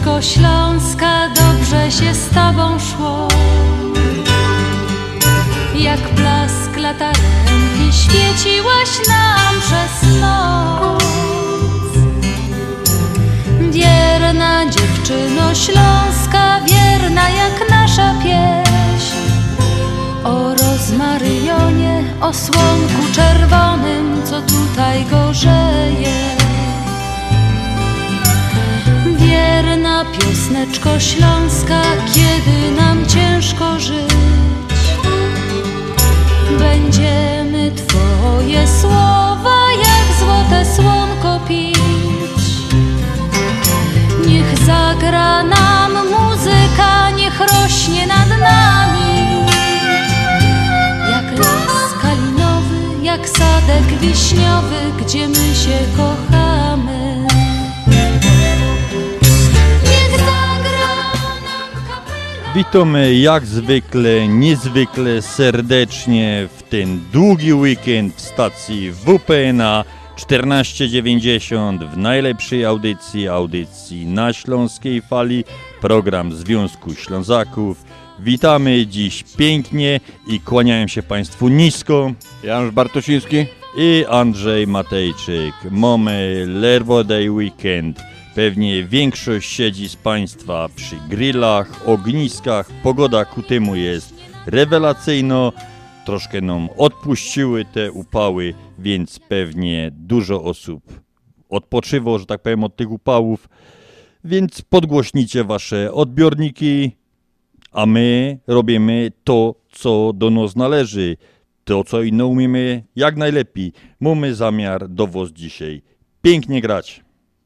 Piosneczko śląska, dobrze się z tobą szło. Jak blask latarenki świeciłaś nam przez noc. Wierna dziewczyno śląska, wierna jak nasza pieśń. O rozmaryjonie, o słonku czerwonym, co tutaj gorzeje. Wierna piosneczko śląska, kiedy nam ciężko żyć, będziemy twoje słowa jak złote słonko pić. Niech zagra nam muzyka, niech rośnie nad nami jak las kalinowy, jak sadek wiśniowy, gdzie my się kochamy. Niech zagra nam kapela. Witamy jak zwykle, niezwykle serdecznie w ten długi weekend w stacji WPNA 1490 w najlepszej audycji na Śląskiej Fali, program Związku Ślązaków. Witamy dziś pięknie i kłaniają się Państwu nisko Janusz Bartosiński i Andrzej Matejczyk. Mamy Lerwoday Weekend. Pewnie większość siedzi z Państwa przy grillach, ogniskach. Pogoda ku temu jest rewelacyjna. Troszkę nam odpuściły te upały, więc pewnie dużo osób odpoczywa, że tak powiem, od tych upałów. Więc podgłośnijcie wasze odbiorniki, a my robimy to, co do nas należy. To, co inno umiemy jak najlepiej. Mamy zamiar do was dzisiaj pięknie grać.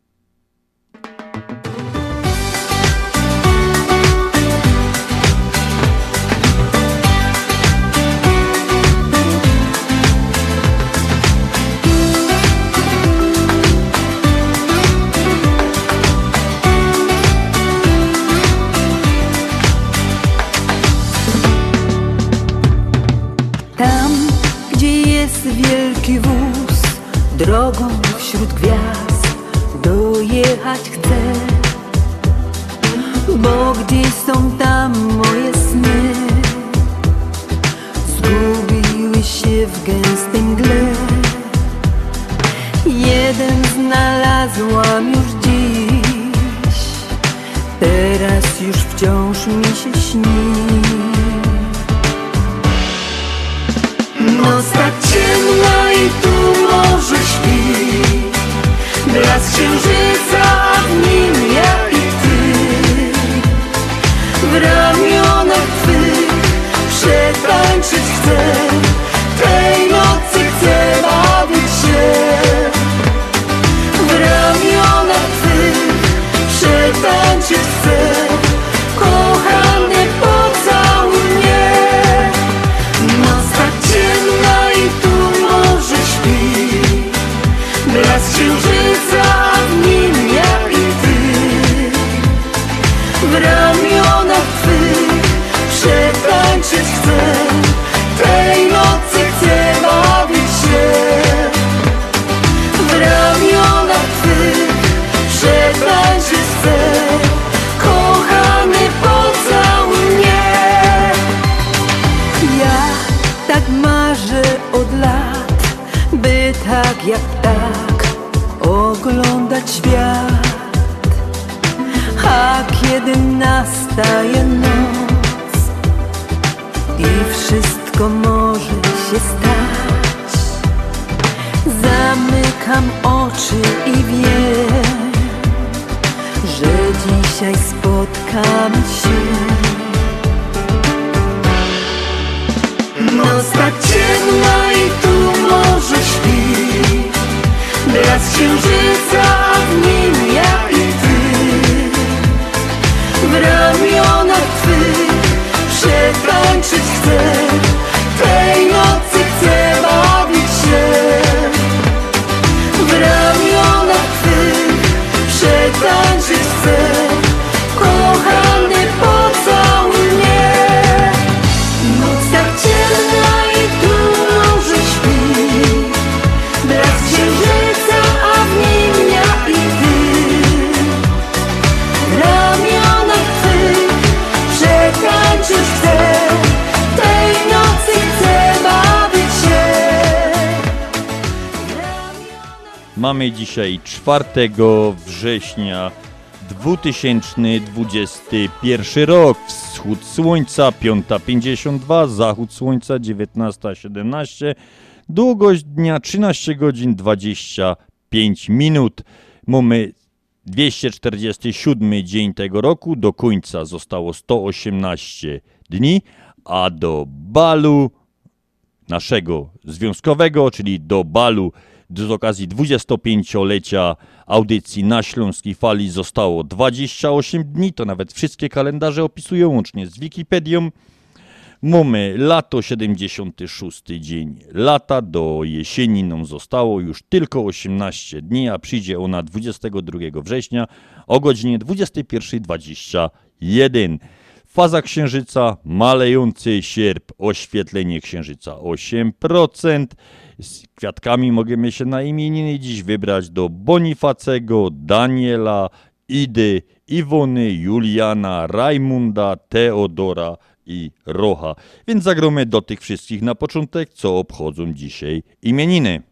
Wielki wóz drogą wśród gwiazd dojechać chce, bo gdzieś są tam moje sny, zgubiły się w gęstej mgle. Jeden znalazłam już dziś, teraz już wciąż mi się śni. Noc tak ciemna i tu morze śpi, blask księżyca, a w nim ja i ty. W ramionach twych przetańczyć chcę, tej nocy chcę bawić się. W ramionach twych przetańczyć chcę, kochany pocałuj mnie. Noc tak ciemna i tu morze śpi, blask księżyca, a w nim ja i ty. W ramionach twych przetańczyć chcę, tej nocy chcę bawić się. W ramionach twych przetańczyć chcę, kochany pocałuj mnie. Ja tak marzę od lat, by tak jak ptak oglądać świat. A kiedy nastaje noc i wszystko może się stać, zamykam oczy i wiem, że dzisiaj spotkamy się. Noc tak ciemna i tu morze śpi, blask księżyca, a w nim ja i ty. W ramionach twych przetańczyć chcę, tej nocy chcę bawić się. W ramionach twych przetańczyć chcę, kochany pocałuj mnie. Noc tak ciemna i tu morze śpi, blask księżyca, a w nim ja i ty. Mamy dzisiaj 4 września 2021 rok. Wschód słońca 5:52, zachód słońca 19:17, długość dnia 13 godzin 25 minut. Mamy 247 dzień tego roku, do końca zostało 118 dni, a do balu naszego związkowego, czyli do balu z okazji 25-lecia audycji na Śląskiej Fali zostało 28 dni, to nawet wszystkie kalendarze opisują łącznie z Wikipedią. Mamy lato, 76 dzień lata, do jesieni nam zostało już tylko 18 dni, a przyjdzie ona 22 września o godzinie 21:21. Faza księżyca, malejący sierp, oświetlenie księżyca 8%. Z kwiatkami możemy się na imieniny dziś wybrać do Bonifacego, Daniela, Idy, Iwony, Juliana, Rajmunda, Teodora i Rocha. Więc zagromy do tych wszystkich na początek, co obchodzą dzisiaj imieniny.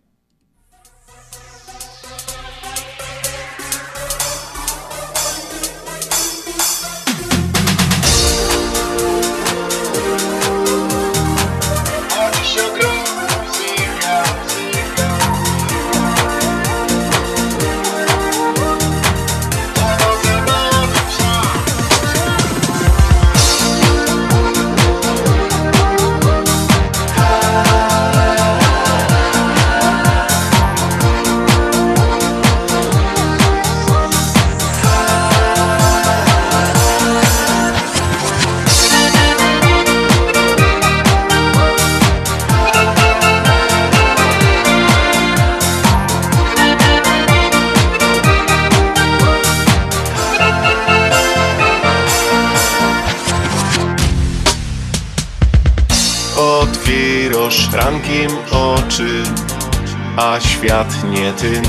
Otwierasz rankiem oczy, a świat nie ty.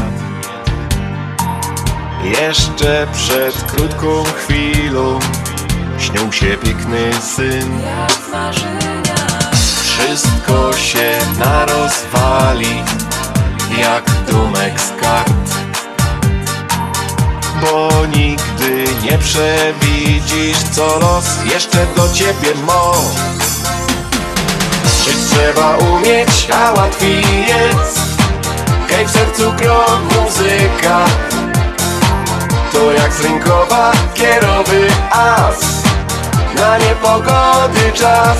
Jeszcze przed krótką chwilą śnił się piękny syn. Wszystko się narozwali jak domek z kart, bo nigdy nie przewidzisz, co los jeszcze do ciebie ma. Żyć trzeba umieć, a łatwiej jest, kaj w sercu gro muzyka. To jak z rynkowa kierowy as, na niepogody czas.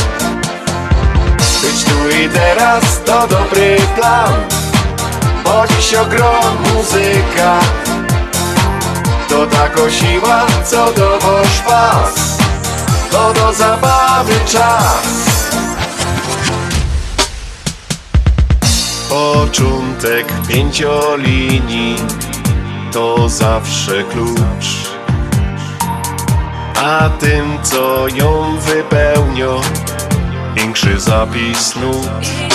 Być tu i teraz to dobry plan, bo dziś ogrom muzyka. To tako siła, co dowoż pas, to do zabawy czas. Początek 5 to zawsze klucz, a tym, co ją wypełnia, większy zapis nut.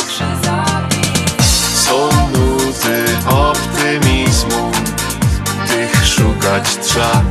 Są nuty optymizmu, tych szukać trzeba.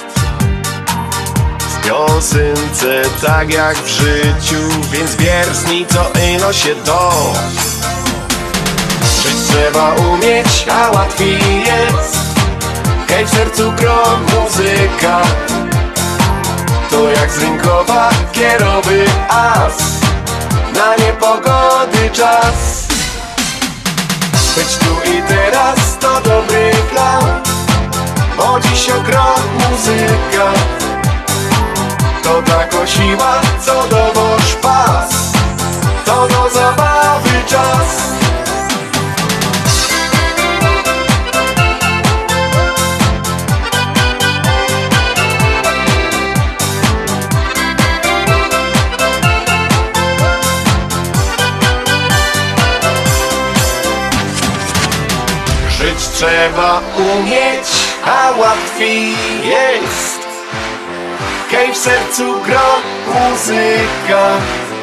W piosence tak jak w życiu, więc wiersni co ino się do. Żyć trzeba umieć, a łatwiej jest, kaj w sercu grom muzyka. To jak z rynkowa kierowy as, na niepogody czas. Być tu i teraz to dobry plan, bo dziś ogrom muzyka. To tako siła, co dowoż pas, to do zabawy czas. Trzeba umieć, a łatwiej jest, kaj w sercu gro muzyka.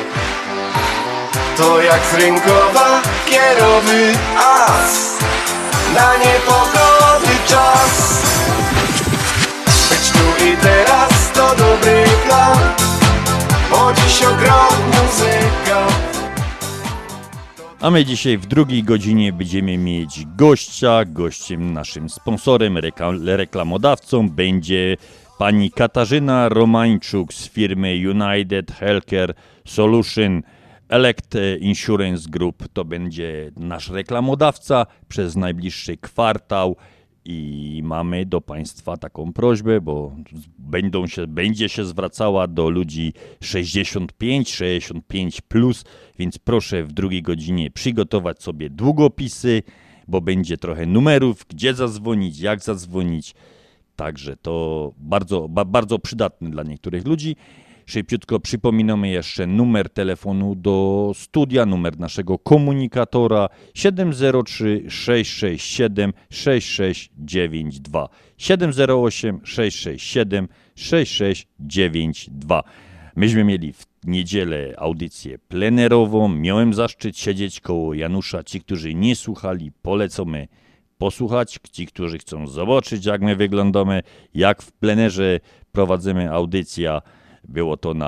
To jak z rynkowa kierowy as, na niepogody czas. Być tu i teraz to dobry plan, bo dziś ogrom muzyka. A my dzisiaj w drugiej godzinie będziemy mieć gościa. Gościem, naszym sponsorem, reklamodawcą będzie pani Katarzyna Romańczuk z firmy United Healthcare Solution Elect Insurance Group. To będzie nasz reklamodawca przez najbliższy kwartał. I mamy do Państwa taką prośbę, bo będzie się zwracała do ludzi 65 plus, więc proszę w drugiej godzinie przygotować sobie długopisy, bo będzie trochę numerów, gdzie zadzwonić, jak zadzwonić. Także to bardzo przydatne dla niektórych ludzi. Szybciutko przypominamy jeszcze numer telefonu do studia, numer naszego komunikatora 703 667 6692 708 667 6692. Myśmy mieli w niedzielę audycję plenerową. Miałem zaszczyt siedzieć koło Janusza. Ci, którzy nie słuchali, polecamy posłuchać. Ci, którzy chcą zobaczyć, jak my wyglądamy, jak w plenerze prowadzimy audycję. Było to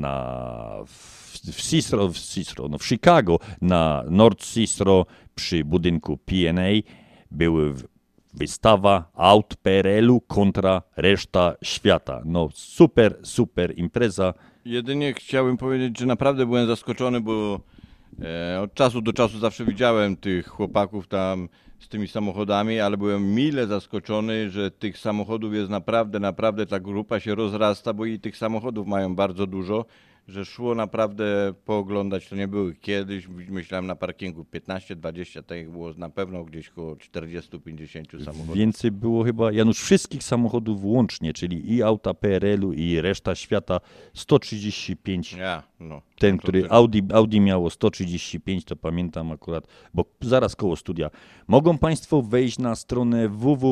w Chicago, na North Cicero przy budynku P&A. Była wystawa aut PRL-u kontra reszta świata. No super impreza. Jedynie chciałbym powiedzieć, że naprawdę byłem zaskoczony, bo od czasu do czasu zawsze widziałem tych chłopaków tam z tymi samochodami, ale byłem mile zaskoczony, że tych samochodów jest naprawdę ta grupa się rozrasta, bo i tych samochodów mają bardzo dużo, że szło naprawdę pooglądać, to nie były kiedyś, myślałem na parkingu 15-20, tak jak było na pewno gdzieś około 40-50 samochodów. Więcej było chyba, Janusz, wszystkich samochodów łącznie, czyli i auta PRL-u i reszta świata 135. Ten, który Audi miało 135, to pamiętam akurat, bo zaraz koło studia. Mogą Państwo wejść na stronę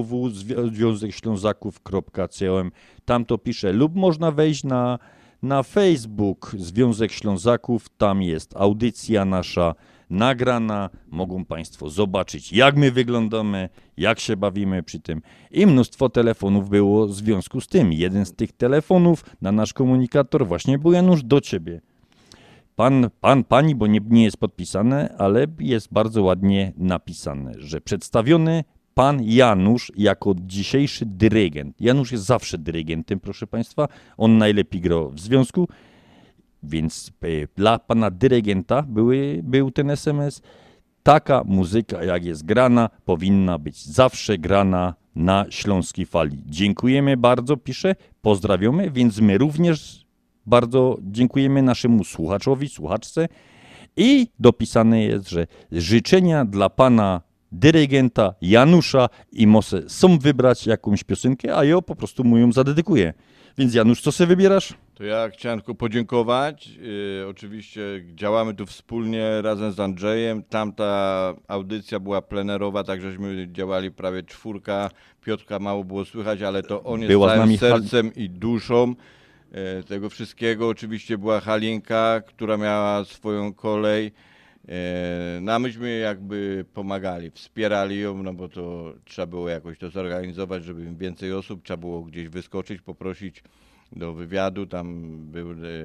www.związekślązaków.com, tam to pisze, lub można wejść na Facebook Związek Ślązaków, tam jest audycja nasza nagrana, mogą Państwo zobaczyć, jak my wyglądamy, jak się bawimy przy tym. I mnóstwo telefonów było w związku z tym. Jeden z tych telefonów na nasz komunikator właśnie był, Janusz, do Ciebie. Pani, bo nie jest podpisane, ale jest bardzo ładnie napisane, że przedstawiony pan Janusz jako dzisiejszy dyrygent. Janusz jest zawsze dyrygentem, proszę Państwa. On najlepiej grał w związku, więc dla pana dyrygenta był ten SMS. Taka muzyka, jak jest grana, powinna być zawsze grana na śląskiej fali. Dziękujemy bardzo, pisze, pozdrawiamy, więc my również bardzo dziękujemy naszemu słuchaczowi, słuchaczce i dopisane jest, że życzenia dla pana dyrygenta Janusza i może są wybrać jakąś piosenkę, a ja po prostu mu ją zadedykuję. Więc Janusz, co sobie wybierasz? To ja chciałem tylko podziękować. Oczywiście działamy tu wspólnie razem z Andrzejem. Tamta audycja była plenerowa, tak żeśmy działali prawie 4. Piotrka mało było słychać, ale to on jest całym sercem i duszą tego wszystkiego. Oczywiście była Halinka, która miała swoją kolej. No a myśmy jakby pomagali, wspierali ją, no bo to trzeba było jakoś to zorganizować, żeby więcej osób, trzeba było gdzieś wyskoczyć, poprosić do wywiadu, tam był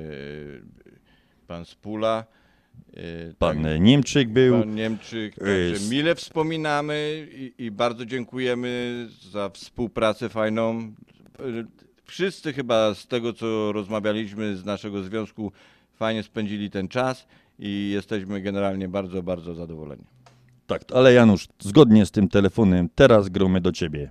pan Spula. Pan Niemczyk był. Pan Niemczyk, także mile wspominamy i bardzo dziękujemy za współpracę fajną. Wszyscy chyba z tego, co rozmawialiśmy z naszego związku, fajnie spędzili ten czas i jesteśmy generalnie bardzo, bardzo zadowoleni. Tak, ale Janusz, zgodnie z tym telefonem, teraz gromy do Ciebie.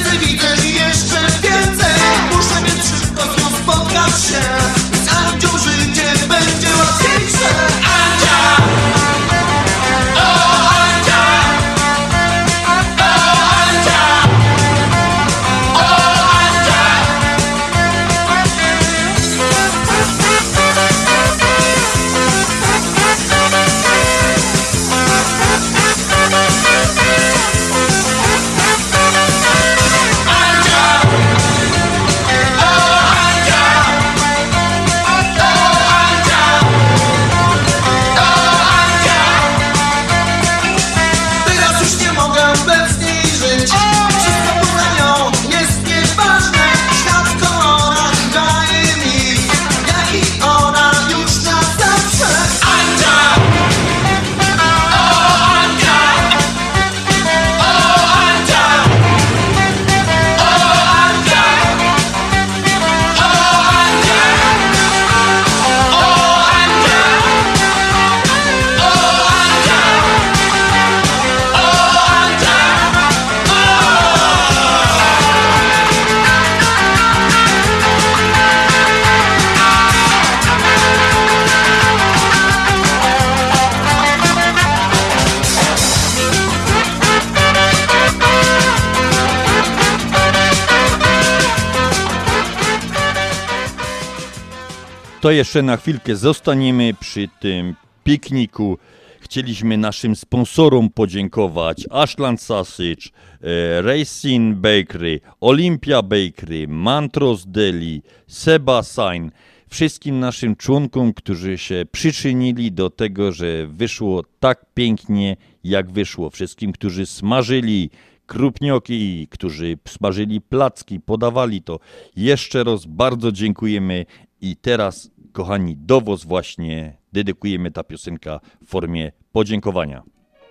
Muszę mieć szybko znów spotkać się z Andzią. To jeszcze na chwilkę zostaniemy przy tym pikniku. Chcieliśmy naszym sponsorom podziękować: Ashland Sausage, Racing Bakery, Olympia Bakery, Mantros Deli, Seba Sign, wszystkim naszym członkom, którzy się przyczynili do tego, że wyszło tak pięknie, jak wyszło. Wszystkim, którzy smażyli krupnioki, którzy smażyli placki, podawali to. Jeszcze raz bardzo dziękujemy i teraz, kochani, do was właśnie dedykujemy ta piosenka w formie podziękowania.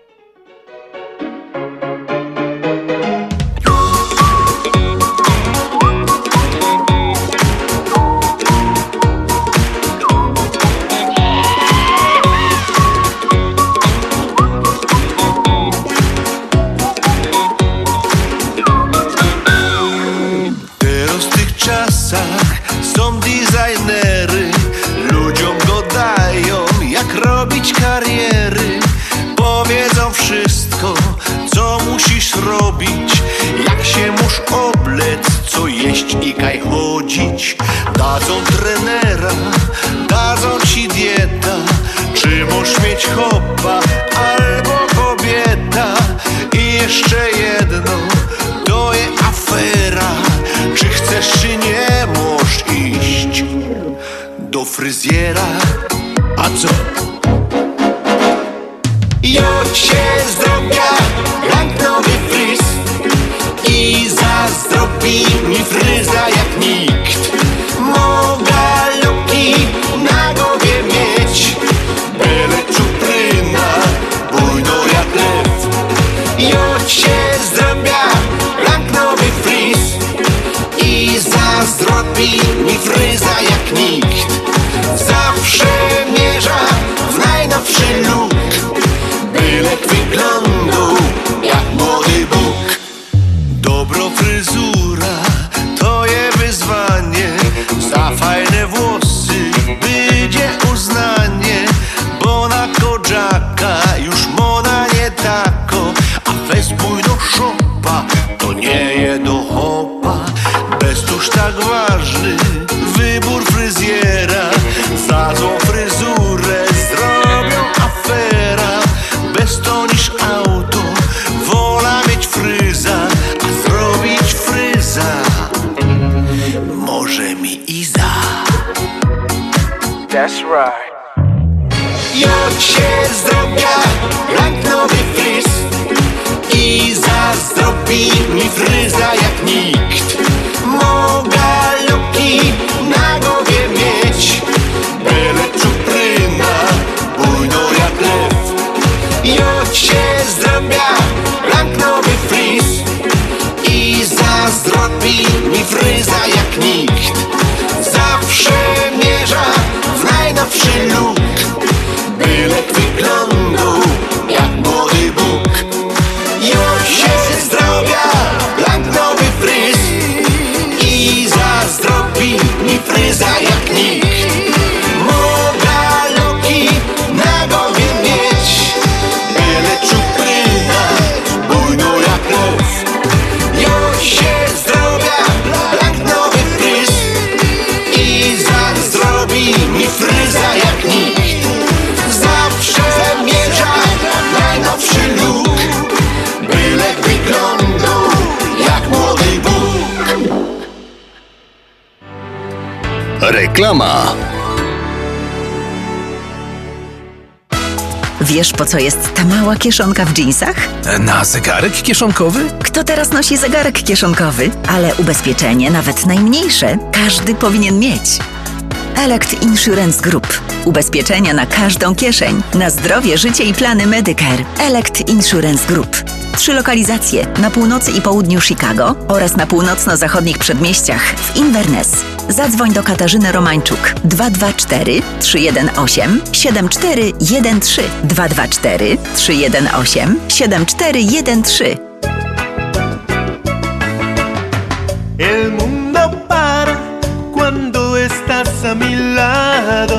Teraz w tych czasach są designery, ludziom dodają jak robić kariery. Powiedzą wszystko, co musisz robić, jak się musz oblec, co jeść i kaj chodzić. Dadzą trenera, dadzą ci dieta, czy możesz mieć chłopa albo kobieta. I jeszcze jedno, to jest afera, czy chcesz czy nie możesz iść do fryzjera. A co? Jo się zdrowia, jak nowy fryz i zazdrobi mi fryza jak nikt. Mogę loki na głowie mieć, byle czupryna, bujno jak lew. Jo się zdrowia, jak nowy fryz i zazdrobi mi fryza jak nikt. Zawsze mierza w najnowszy look, bylek wyglądu jak młody Bóg. Dobro fryzura to je wyzwanie, za fajne włosy będzie uznanie, bo na Kodżaka już moda nie tako, a fest pój do szopa to nie je do hopa. Bez tuż tak ważny wybór fryzjera, za złą fryzurę zrobią afera. Bez to niż auto, wola mieć fryza, a zrobić fryza może mi Iza. That's right. Jak się zdrowia, jak nowy fryz i zazdrobi mi fryza jak nikt. Mogę loki na głowie mieć, byle czupryna, bujno jak lew. Jak się zdrowia, jak nowy fryz i zazdrobi mi fryza jak nikt. Zawsze mierza w najnowszy look, byle wyglądu jak młody Bóg. Jak się zdrowia, jak nowy fryz i zazdrobi mi fryza jak nikt. Mogę loki na głowie mieć, byle czupryna, bujno jak lew. Jak się zdrowia, jak nowy fryz i zazdrobi mi fryza jak nikt. Zawsze mierza najnowszy look, byle wyglądu jak młody Bóg. Reklama. Wiesz, po co jest ta mała kieszonka w dżinsach? Na zegarek kieszonkowy? Kto teraz nosi zegarek kieszonkowy? Ale ubezpieczenie, nawet najmniejsze, każdy powinien mieć. Elect Insurance Group. Ubezpieczenia na każdą kieszeń. Na zdrowie, życie i plany Medicare. Elect Insurance Group. 3 lokalizacje na północy i południu Chicago oraz na północno-zachodnich przedmieściach w Inverness. Zadzwoń do Katarzyny Romańczuk 224 318 7413 224 318 7413. El mundo para cuando estás a mi lado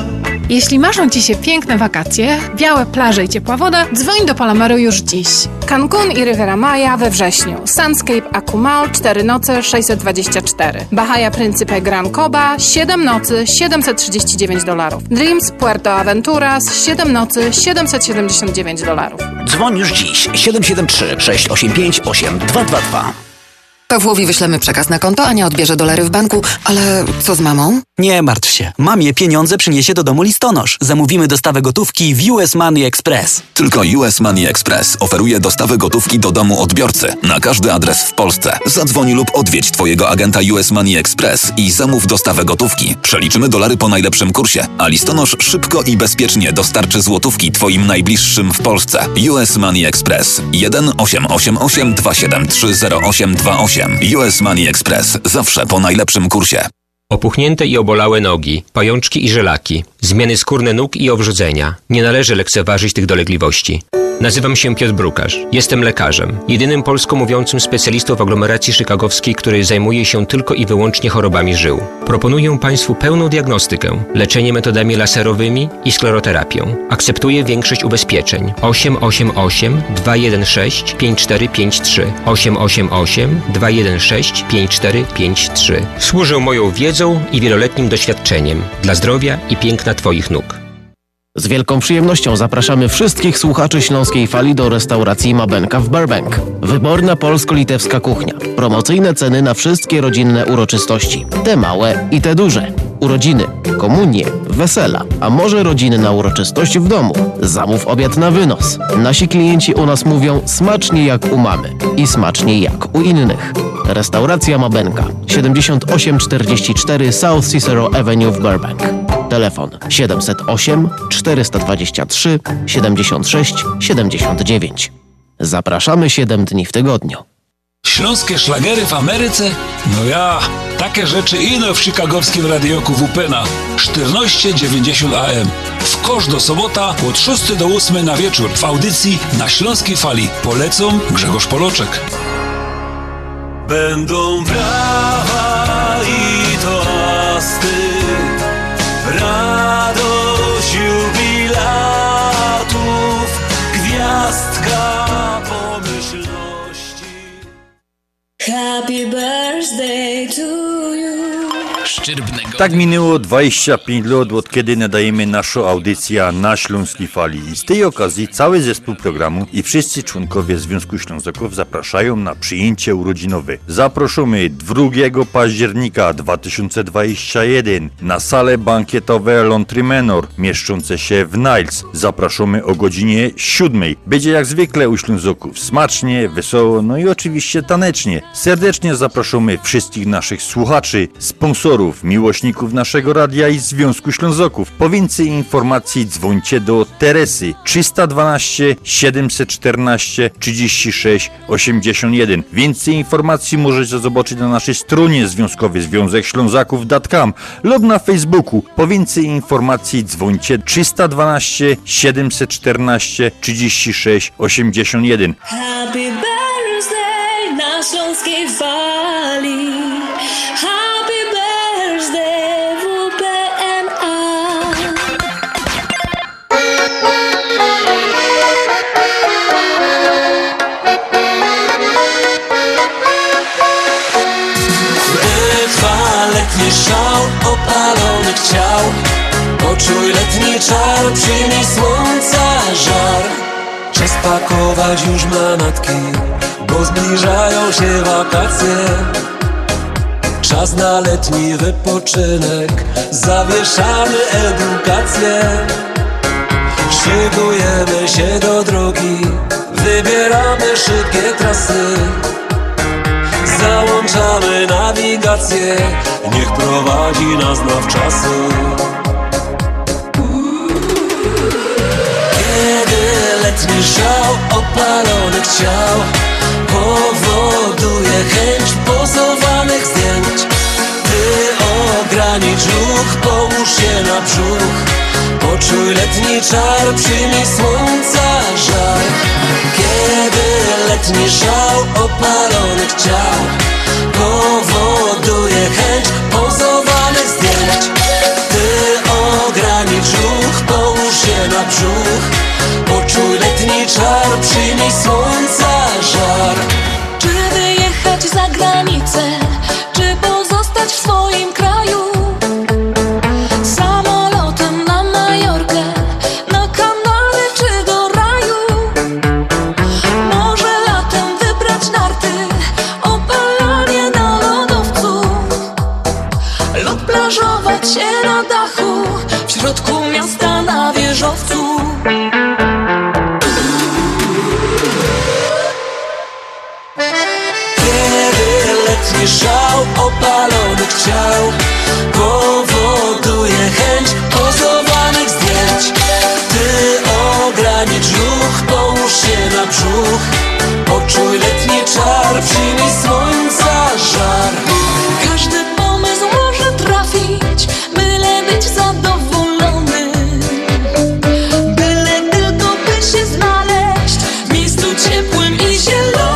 Jeśli marzą Ci się piękne wakacje, białe plaże i ciepła woda, dzwoń do Palomaru już dziś. Cancun i Riviera Maya we wrześniu. Sunscape Akumal 4 noce 624. Bahia Principe Gran Coba 7 nocy $739. Dreams Puerto Aventuras 7 nocy $779. Dzwoń już dziś 773 685 8222. Pawłowi wyślemy przekaz na konto, Ania odbierze dolary w banku, ale co z mamą? Nie martw się. Mamie pieniądze przyniesie do domu listonosz. Zamówimy dostawę gotówki w US Money Express. Tylko US Money Express oferuje dostawę gotówki do domu odbiorcy na każdy adres w Polsce. Zadzwoń lub odwiedź Twojego agenta US Money Express i zamów dostawę gotówki. Przeliczymy dolary po najlepszym kursie, a listonosz szybko i bezpiecznie dostarczy złotówki Twoim najbliższym w Polsce. US Money Express 1-888 273 0828. US Money Express. Zawsze po najlepszym kursie. Opuchnięte i obolałe nogi, pajączki i żelaki, zmiany skórne nóg i owrzodzenia. Nie należy lekceważyć tych dolegliwości. Nazywam się Piotr Brukarz. Jestem lekarzem. Jedynym polsko mówiącym specjalistą w aglomeracji chicagowskiej, który zajmuje się tylko i wyłącznie chorobami żył. Proponuję Państwu pełną diagnostykę, leczenie metodami laserowymi i skleroterapią. Akceptuję większość ubezpieczeń. 888 216 5453 888 216 5453. Służę moją wiedzą i wieloletnim doświadczeniem dla zdrowia i piękna Twoich nóg. Z wielką przyjemnością zapraszamy wszystkich słuchaczy Śląskiej Fali do restauracji Mabenka w Burbank. Wyborna polsko-litewska kuchnia. Promocyjne ceny na wszystkie rodzinne uroczystości. Te małe i te duże. Urodziny, komunie, wesela, a może rodziny na uroczystość w domu. Zamów obiad na wynos. Nasi klienci u nas mówią smacznie jak u mamy i smacznie jak u innych. Restauracja Mabenka 7844 South Cicero Avenue w Burbank. Telefon 708 423 76 79. Zapraszamy 7 dni w tygodniu. Śląskie szlagery w Ameryce? No ja, takie rzeczy ino w chicagowskim radioku WPNA 1490 AM. W każdą sobota od 6 do 8 na wieczór w audycji na Śląskiej Fali. Polecą Grzegorz Poloczek. Będą brawa i toasty, radość jubilatów, gwiazdka pomyślności. Happy birthday to you. Szczyrbnego. Tak minęło 25 lat, od kiedy nadajemy naszą audycję na Śląskiej Fali. I z tej okazji cały zespół programu i wszyscy członkowie Związku Ślązaków zapraszają na przyjęcie urodzinowe. Zapraszamy 2 października 2021 na salę bankietowe Laundry Manor, mieszczące się w Niles. Zapraszamy o godzinie 7. Będzie jak zwykle u Ślązaków smacznie, wesoło, no i oczywiście tanecznie. Serdecznie zapraszamy wszystkich naszych słuchaczy, sponsorów, miłośników naszego radia i Związku Ślązaków. Po więcej informacji dzwońcie do Teresy 312 714 36 81. Więcej informacji możecie zobaczyć na naszej stronie związkowej związekślązaków.com lub na Facebooku. Po więcej informacji dzwońcie 312 714 36 81. Happy birthday na Śląskiej Fali. Happy birthday WPNA. Gdy trwa letni szał opalonych ciał, poczuj letni czar, przyjmij słońca żar. Czas pakować już manatki, bo zbliżają się wakacje. Czas na letni wypoczynek, zawieszamy edukację. Szykujemy się do drogi, wybieramy szybkie trasy. Załączamy nawigację, niech prowadzi nas nawczasy. Kiedy letni szał opalonych ciał powoduje chęć pozowanych zdjęć, ty ogranicz ruch, połóż się na brzuch. Poczuj letni czar, przyjmij słońca żar. Kiedy letni szał opalonych ciał powoduje chęć pozowanych zdjęć, ty ogranicz ruch, brzuch. Poczuj letni czar, przyjmij słońca żar. Czy wyjechać za granicę, czy pozostać w swoim kraju? Samolotem na Majorkę, na Kanary czy do raju? Może latem wybrać narty, opalanie na lodowcu, lub plażować się na dachu, w środku miasta na wieżowcu. Szał opalonych ciał powoduje chęć pozowanych zdjęć. Ty ogranicz ruch, połóż się na brzuch. Poczuj letni czar, przyjmij słońca żar. Każdy pomysł może trafić, byle być zadowolony, byle tylko by się znaleźć w miejscu ciepłym i zielonym.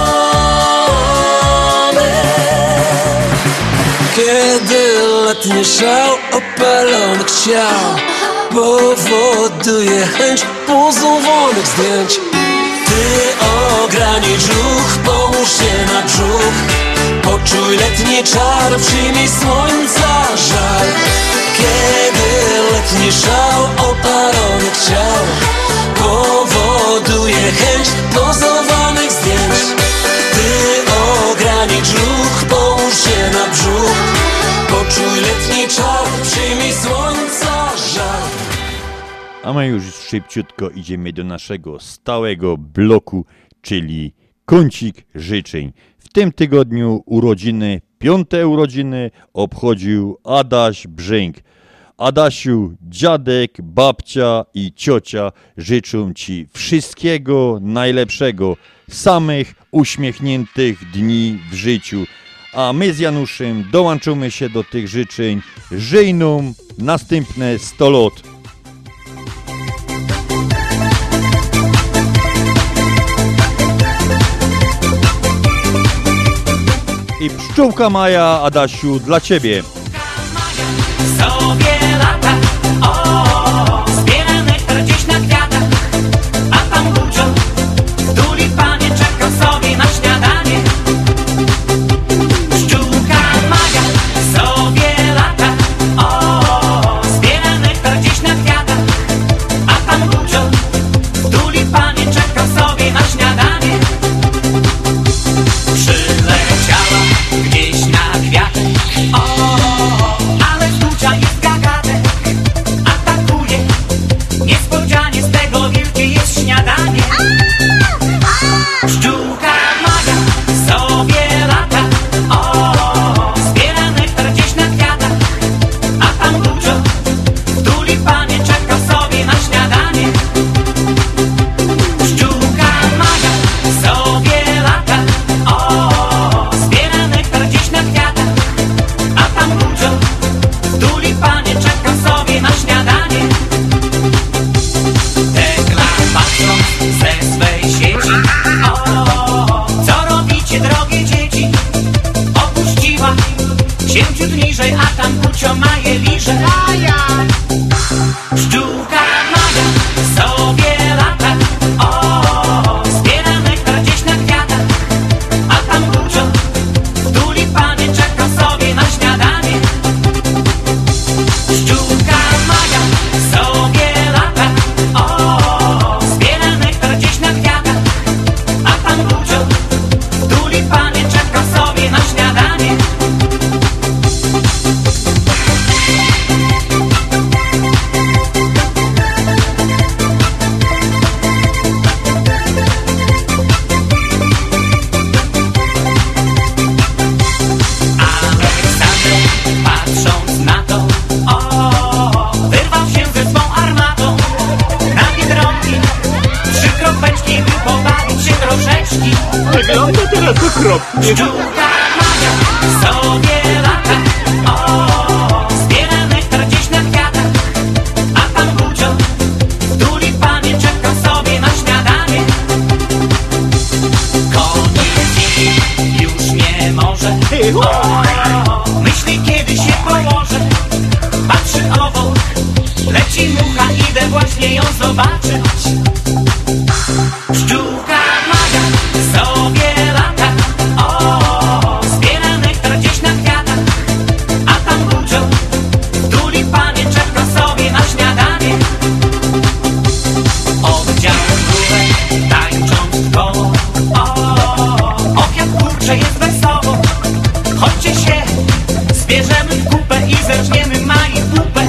Kiedy letni szał opalonych ciał powoduje chęć pozowanych zdjęć. Ty ogranicz ruch, połóż się na brzuch. Poczuj letni czar, przyjmij słońca żar. Kiedy letni szał opalonych ciał powoduje chęć pozowanych zdjęć. Ty ogranicz ruch, połóż się na brzuch. Poczuj letni czar, przyjmij słońca żar. A my już szybciutko idziemy do naszego stałego bloku, czyli kącik życzeń. W tym tygodniu urodziny, 5. urodziny obchodził Adaś Brzęk. Adasiu, dziadek, babcia i ciocia życzą Ci wszystkiego najlepszego, samych uśmiechniętych dni w życiu. A my z Januszem dołączymy się do tych życzeń. Żyj nam następne 100 lat. I pszczółka Maja, Adasiu, dla Ciebie. Sobie lata, o, zbiera nektar gdzieś na kwiatach, a tam buczą, tulipanie czeka sobie na śniadanie. Pszczółka Maja sobie lata, o, zbiera nektar gdzieś na kwiatach, a tam buczą, tulipanie czeka sobie na śniadanie. Przyleciała gdzieś na kwiatek, o, ale sztucia jest gagatek. Atakuje, niespodzianie z tego wielkie jest śniadanie. Pszczółka Maja sobie lata, o, zbiera nektar gdzieś na kwiatach, a tam dużo, tulipanie czeka sobie na śniadanie. Pszczółka Maja sobie lata, o, zbiera nektar gdzieś na kwiatach, a tam dużo, tulipanie czeka sobie na śniadanie. Tekla patrząc ze swej sieci, o, co robicie drogie dzieci? Opuściła się ciut niżej, a tam kucio Maję liże. Pszczółka Maja sobie lata, o, zbiera nektar gdzieś na kwiatach, a tam kucio, tulipanie czeka sobie na śniadanie. Pszczółka Maja sobie lata, o, zbiera nektar gdzieś na kwiatach, a tam kucio, tulipanie czeka sobie na śniadanie. Aleksander, patrząc na to, o, wyrwał się ze swą armatą na Biedronki. 3 kropeczki, by pobawić się troszeczki. Wygląda teraz okropnie. Pszczółka Maja sobie lata, o, zbiera nektar gdzieś na kwiatach, a tam bucio, tulipanie czeka sobie na śniadanie. Koniec już nie może, o, myśli kiedy się położy. Patrzy obok, leci mucha, idę właśnie ją zobaczyć. zawsze jest wesoło. Chodźcie się, zbierzemy w kupę i zerżniemy Mai dupę.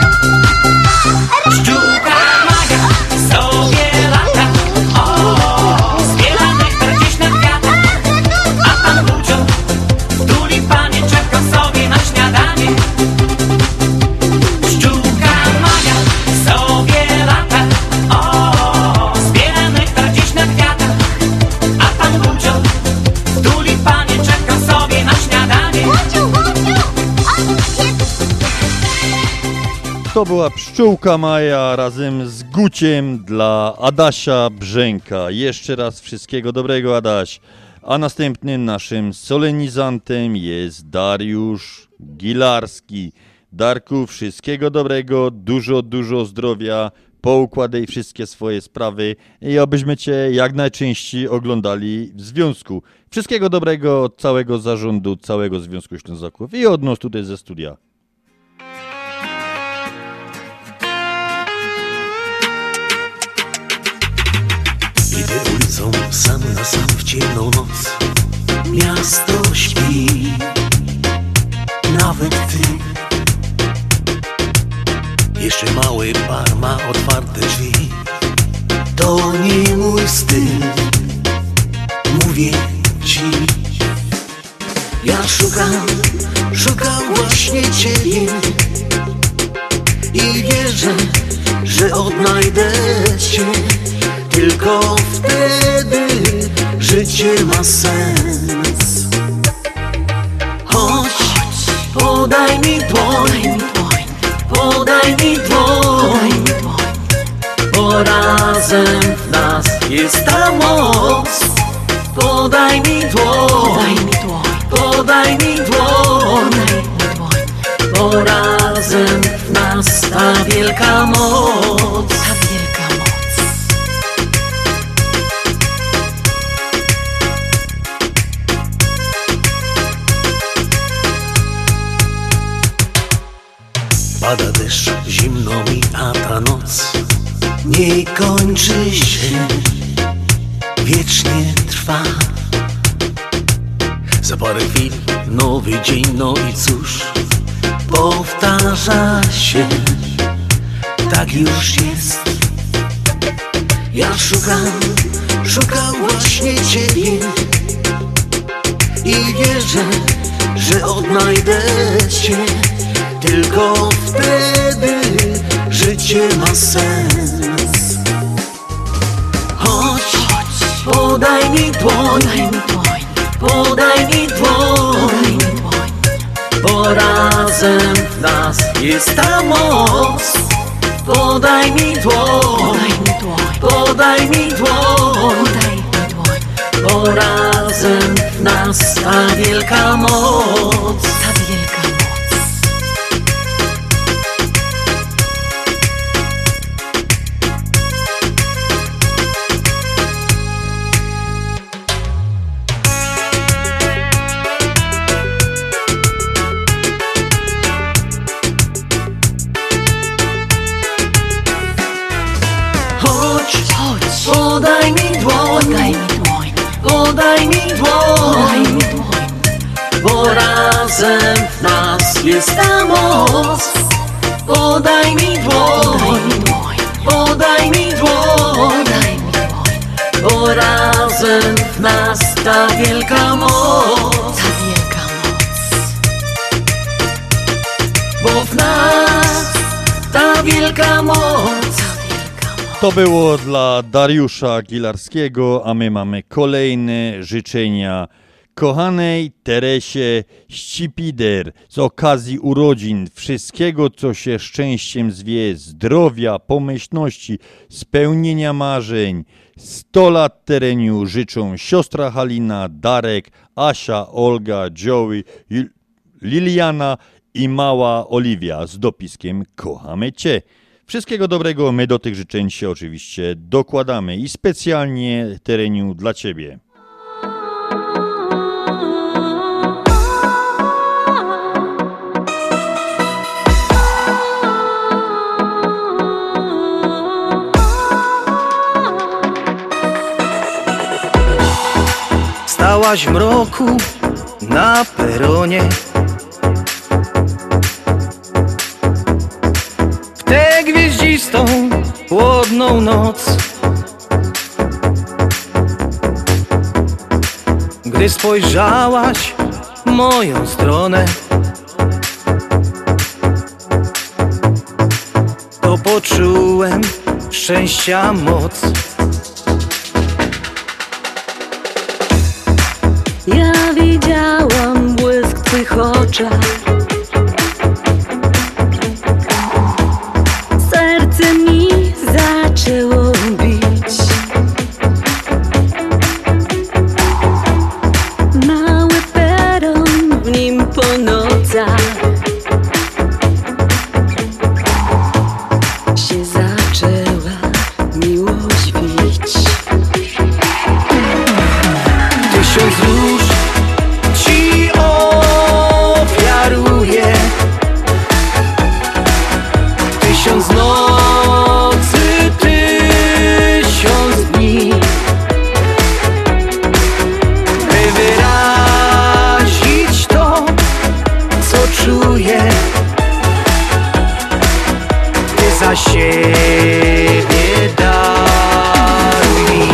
Pszczółka Maja sobie lata, o, zbiera nektar gdzieś na kwiatach, a pan Ludzio w tulipanie czeka sobie na śniadanie. Pszczółka Maja sobie lata, o, zbiera nektar gdzieś na kwiatach, a pan Ludzio w tulipanie czeka sobie na śniadanie. To była Pszczółka Maja razem z Guciem dla Adasia Brzęka. Jeszcze raz wszystkiego dobrego, Adaś. A następnym naszym solenizantem jest Dariusz Gilarski. Darku, wszystkiego dobrego, dużo zdrowia, poukładaj wszystkie swoje sprawy i abyśmy Cię jak najczęściej oglądali w związku. Wszystkiego dobrego od całego zarządu, całego Związku Ślązaków i od nas tutaj ze studia. Idę ulicą sam na sam w ciemną noc. Miasto śpi, nawet ty. Jeszcze mały bar ma otwarte drzwi. To nie mój styl, mówię ci. Ja szukam właśnie ciebie i wierzę, że odnajdę cię. Tylko wtedy życie ma sens. Chodź, podaj mi dłoń, podaj mi dłoń, bo razem w nas jest ta moc. Podaj mi dłoń, podaj mi dłoń, bo razem w nas ta wielka moc. Pada deszcz, zimno mi, a ta noc nie kończy się, wiecznie trwa. Za parę chwil nowy dzień, no i cóż, powtarza się, tak już jest. Ja szukam właśnie ciebie i wierzę, że odnajdę cię. Tylko wtedy życie ma sens. Chodź, podaj mi dłoń, podaj mi dłoń, bo razem w nas jest ta moc. Podaj mi dłoń, podaj mi dłoń, bo razem w nas ta wielka moc. Podaj mi dłoń, podaj mi dłoń, bo razem w nas jest ta moc. Podaj mi dłoń, podaj mi dłoń, bo razem w nas ta wielka moc. Bo w nas ta wielka moc. To było dla Dariusza Gilarskiego, a my mamy kolejne życzenia kochanej Teresie Ścipider z okazji urodzin. Wszystkiego, co się szczęściem zwie, zdrowia, pomyślności, spełnienia marzeń. 100 lat tereniu życzą siostra Halina, Darek, Asia, Olga, Joey, Liliana i mała Oliwia z dopiskiem kochamy Cię. Wszystkiego dobrego, my do tych życzeń się oczywiście dokładamy i specjalnie tereniu dla Ciebie. Stałaś w mroku na peronie, w tę gwieździstą, chłodną noc. Gdy spojrzałaś w moją stronę, to poczułem szczęścia moc. Ja widziałam błysk w twych oczach, serce mi zaczęło bić. Mały peron, w nim po nocach się zaczęła miłość wić. Tysiąc róż ci ofiaruję, tysiąc nocy, tysiąc dni, by wyrazić to, co czuję. Ty za siebie daruj mi.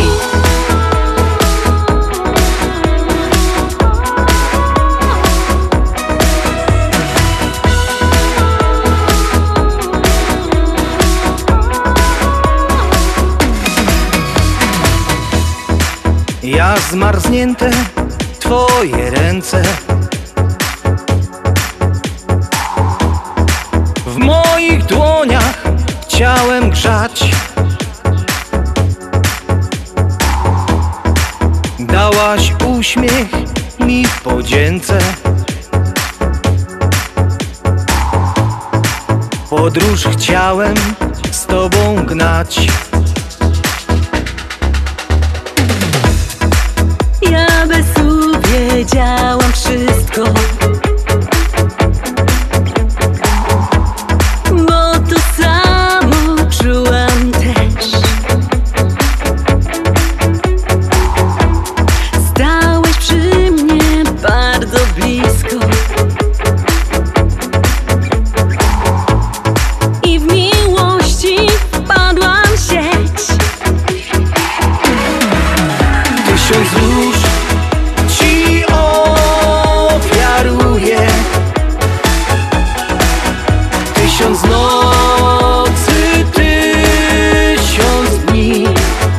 Ja zmarznięte twoje ręce w moich dłoniach chciałem grzać. Dałaś uśmiech mi w podzięce, podróż chciałem z tobą gnać. Ja bez słów wiedziałam wszystko, bo to samo czułam też. Stałeś przy mnie bardzo blisko i w miłości wpadłam w sieć. Tysiąc róż ci ofiaruję, tysiąc nocy, tysiąc dni,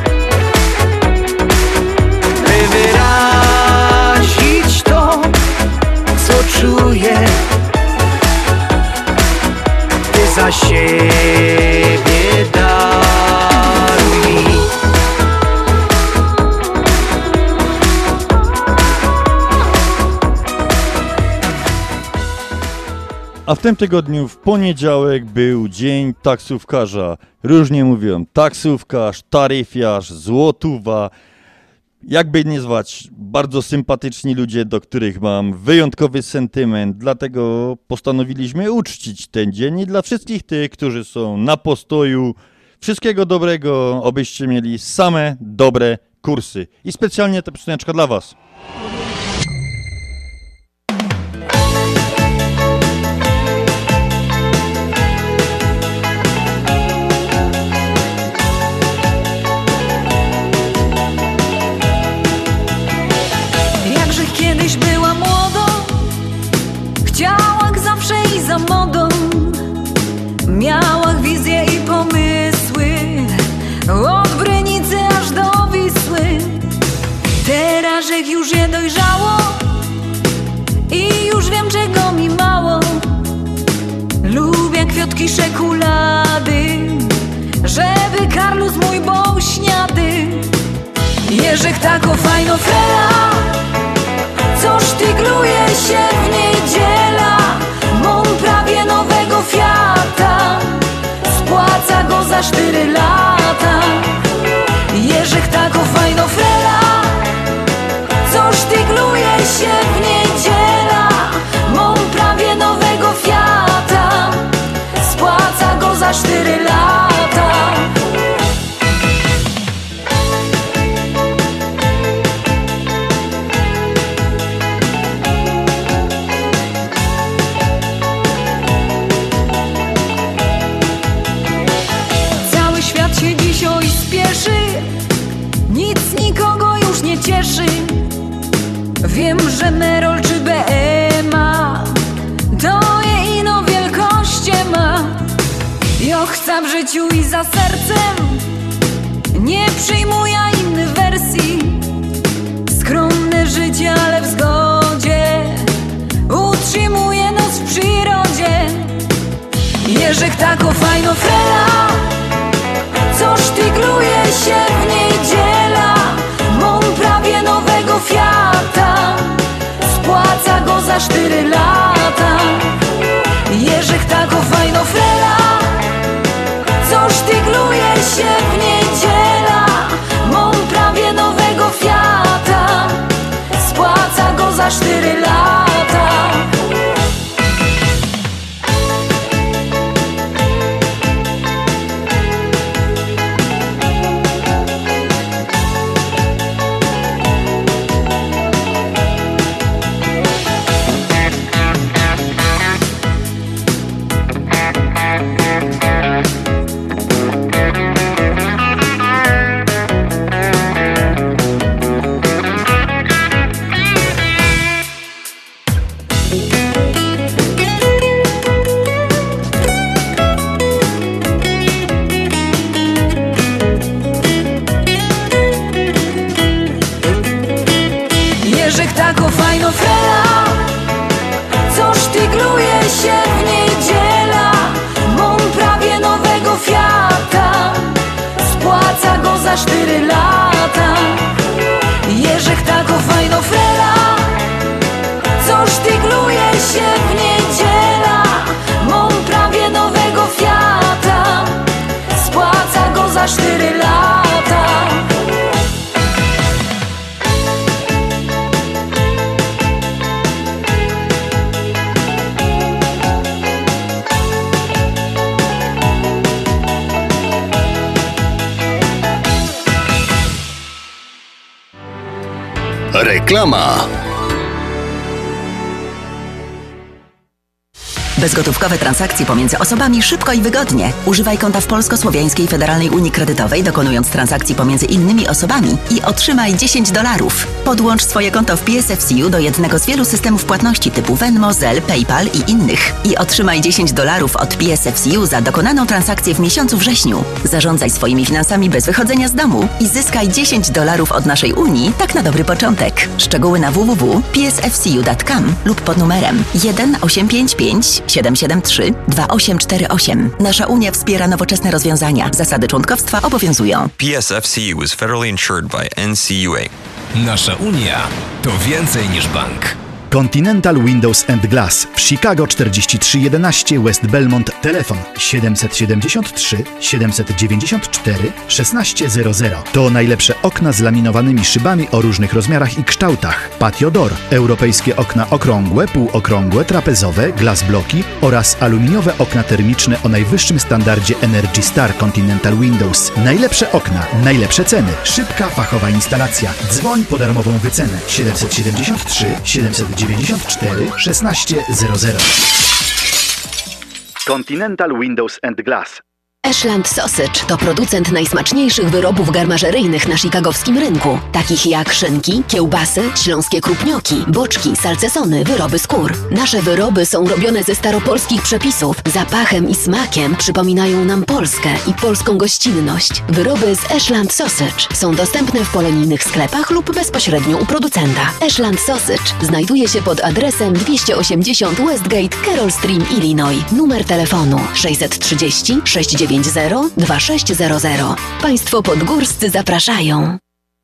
by wyrazić to, co czuję. Ty za siebie daruj mi. A w tym tygodniu w poniedziałek był dzień taksówkarza. Różnie mówią, taksówkarz, taryfiarz, złotówa. Jakby nie zwać, bardzo sympatyczni ludzie, do których mam wyjątkowy sentyment. Dlatego postanowiliśmy uczcić ten dzień i dla wszystkich tych, którzy są na postoju, wszystkiego dobrego, abyście mieli same dobre kursy. I specjalnie ta pioseneczka dla was. Kiedyś była młodą, chciała jak zawsze i za modą. Miała wizje i pomysły, od Brynicy aż do Wisły. Teraz jak już je dojrzało i już wiem czego mi mało. Lubię kwiatki, szekulady, żeby Karlus mój był śniady. Jerzek tako fajno frela, co sztygluje się w niedziela. Mam prawie nowego Fiata, spłaca go za 4 lata. Jerzek tako fajno frela, co sztygluje się w niedziela. Mam prawie nowego Fiata, spłaca go za 4 lata. Wiem, że Merol czy BMA to je ino wielkości ma. Ja chcę w życiu i za sercem nie przyjmuję innych wersji. Skromne życie, ale w zgodzie utrzymuje nas w przyrodzie. Jeżek tako fajno frela, co sztygluje się w niedziela. Mam prawie nowego Fiata, spłaca go za 4 lata. Jeżek tako fajno frela, co sztygluje się w niedziela. Mam prawie nowego Fiata, spłaca go za 4 lata. Jeżek tako fajno frela, co sztygluje się w niedziela. Mam prawie nowego Fiata, spłaca go za 4 lata. Jeżek tako fajno frela, co sztygluje się w niedziela. Mam prawie nowego Fiata, spłaca go za 4 lata. Reklama. Bezgotówkowe transakcje pomiędzy osobami szybko i wygodnie. Używaj konta w Polsko-Słowiańskiej Federalnej Unii Kredytowej, dokonując transakcji pomiędzy innymi osobami i otrzymaj $10. Podłącz swoje konto w PSFCU do jednego z wielu systemów płatności typu Venmo, Zelle, PayPal i innych i otrzymaj $10 od PSFCU za dokonaną transakcję w miesiącu wrześniu. Zarządzaj swoimi finansami bez wychodzenia z domu i zyskaj $10 od naszej Unii, tak na dobry początek. Szczegóły na www.psfcu.com lub pod numerem 1-855 773 2848. Nasza Unia wspiera nowoczesne rozwiązania. Zasady członkowstwa obowiązują. PSFCU is federally insured by NCUA. Nasza Unia to więcej niż bank. Continental Windows and Glass w Chicago 4311 West Belmont. Telefon 773 794 1600. To najlepsze okna z laminowanymi szybami o różnych rozmiarach i kształtach. Patio Door, europejskie okna okrągłe, półokrągłe, trapezowe, glass bloki oraz aluminiowe okna termiczne o najwyższym standardzie Energy Star Continental Windows. Najlepsze okna, najlepsze ceny, szybka, fachowa instalacja. Dzwoń po darmową wycenę 773 794 1600. Continental Windows and Glass. Ashland Sausage to producent najsmaczniejszych wyrobów garmażeryjnych na chicagowskim rynku, takich jak szynki, kiełbasy, śląskie krupnioki, boczki, salcesony, wyroby skór. Nasze wyroby są robione ze staropolskich przepisów. Zapachem i smakiem przypominają nam Polskę i polską gościnność. Wyroby z Ashland Sausage są dostępne w polonijnych sklepach lub bezpośrednio u producenta. Ashland Sausage znajduje się pod adresem 280 Westgate, Carroll Stream, Illinois. Numer telefonu 630 690 2600. Państwo podgórscy zapraszają.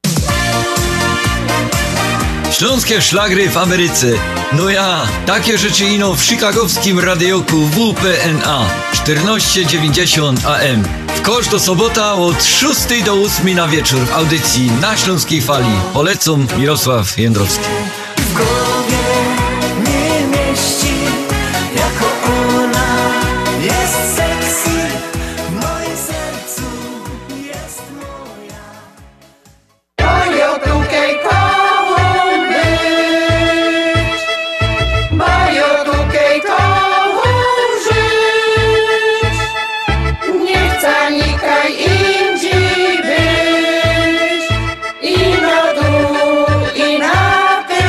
Śląskie szlagry w Ameryce. No ja, takie rzeczy ino w chicagowskim radioku WPNA 1490 AM. W każdą sobota od 6 do 8 na wieczór w audycji na Śląskiej Fali. Polecam Mirosław Jędrowski. W głowie nie mieści, jako ona jest sexy. W moim sercu jest moja. Moją tukej kocham być, moją tukej kocham żyć. Nie chcę nikaj indziej być, i na dół, i na tył.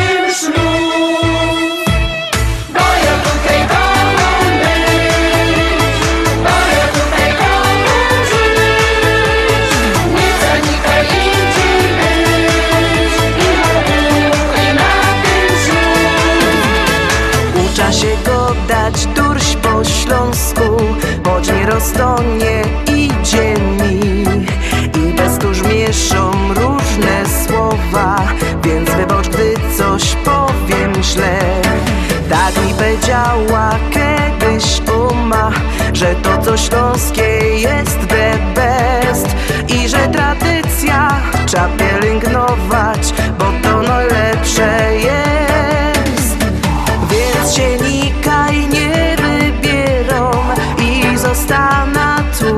to śląskie jest the best i że tradycja trzeba pielęgnować, bo to najlepsze jest. Więc się nikaj nie wybierą i zostanę tu,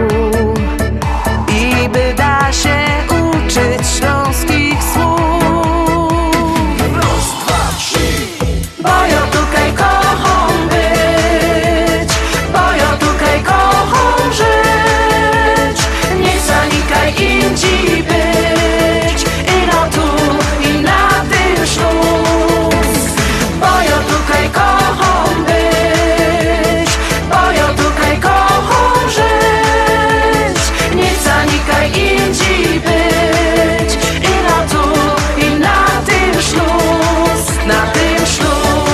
i by da się uczyć śląskich słów. Raz, dwa, trzy. Bo ja tutaj kocham być, bo ja tutaj kocham żyć. Nie zanikaj indziej być, i no tu, i na tym Śląsk. Bo ja tutaj kocham być, bo ja tutaj kocham żyć. Nie zanikaj indziej być, i no tu, i na tym Śląsk, na tym Śląsk.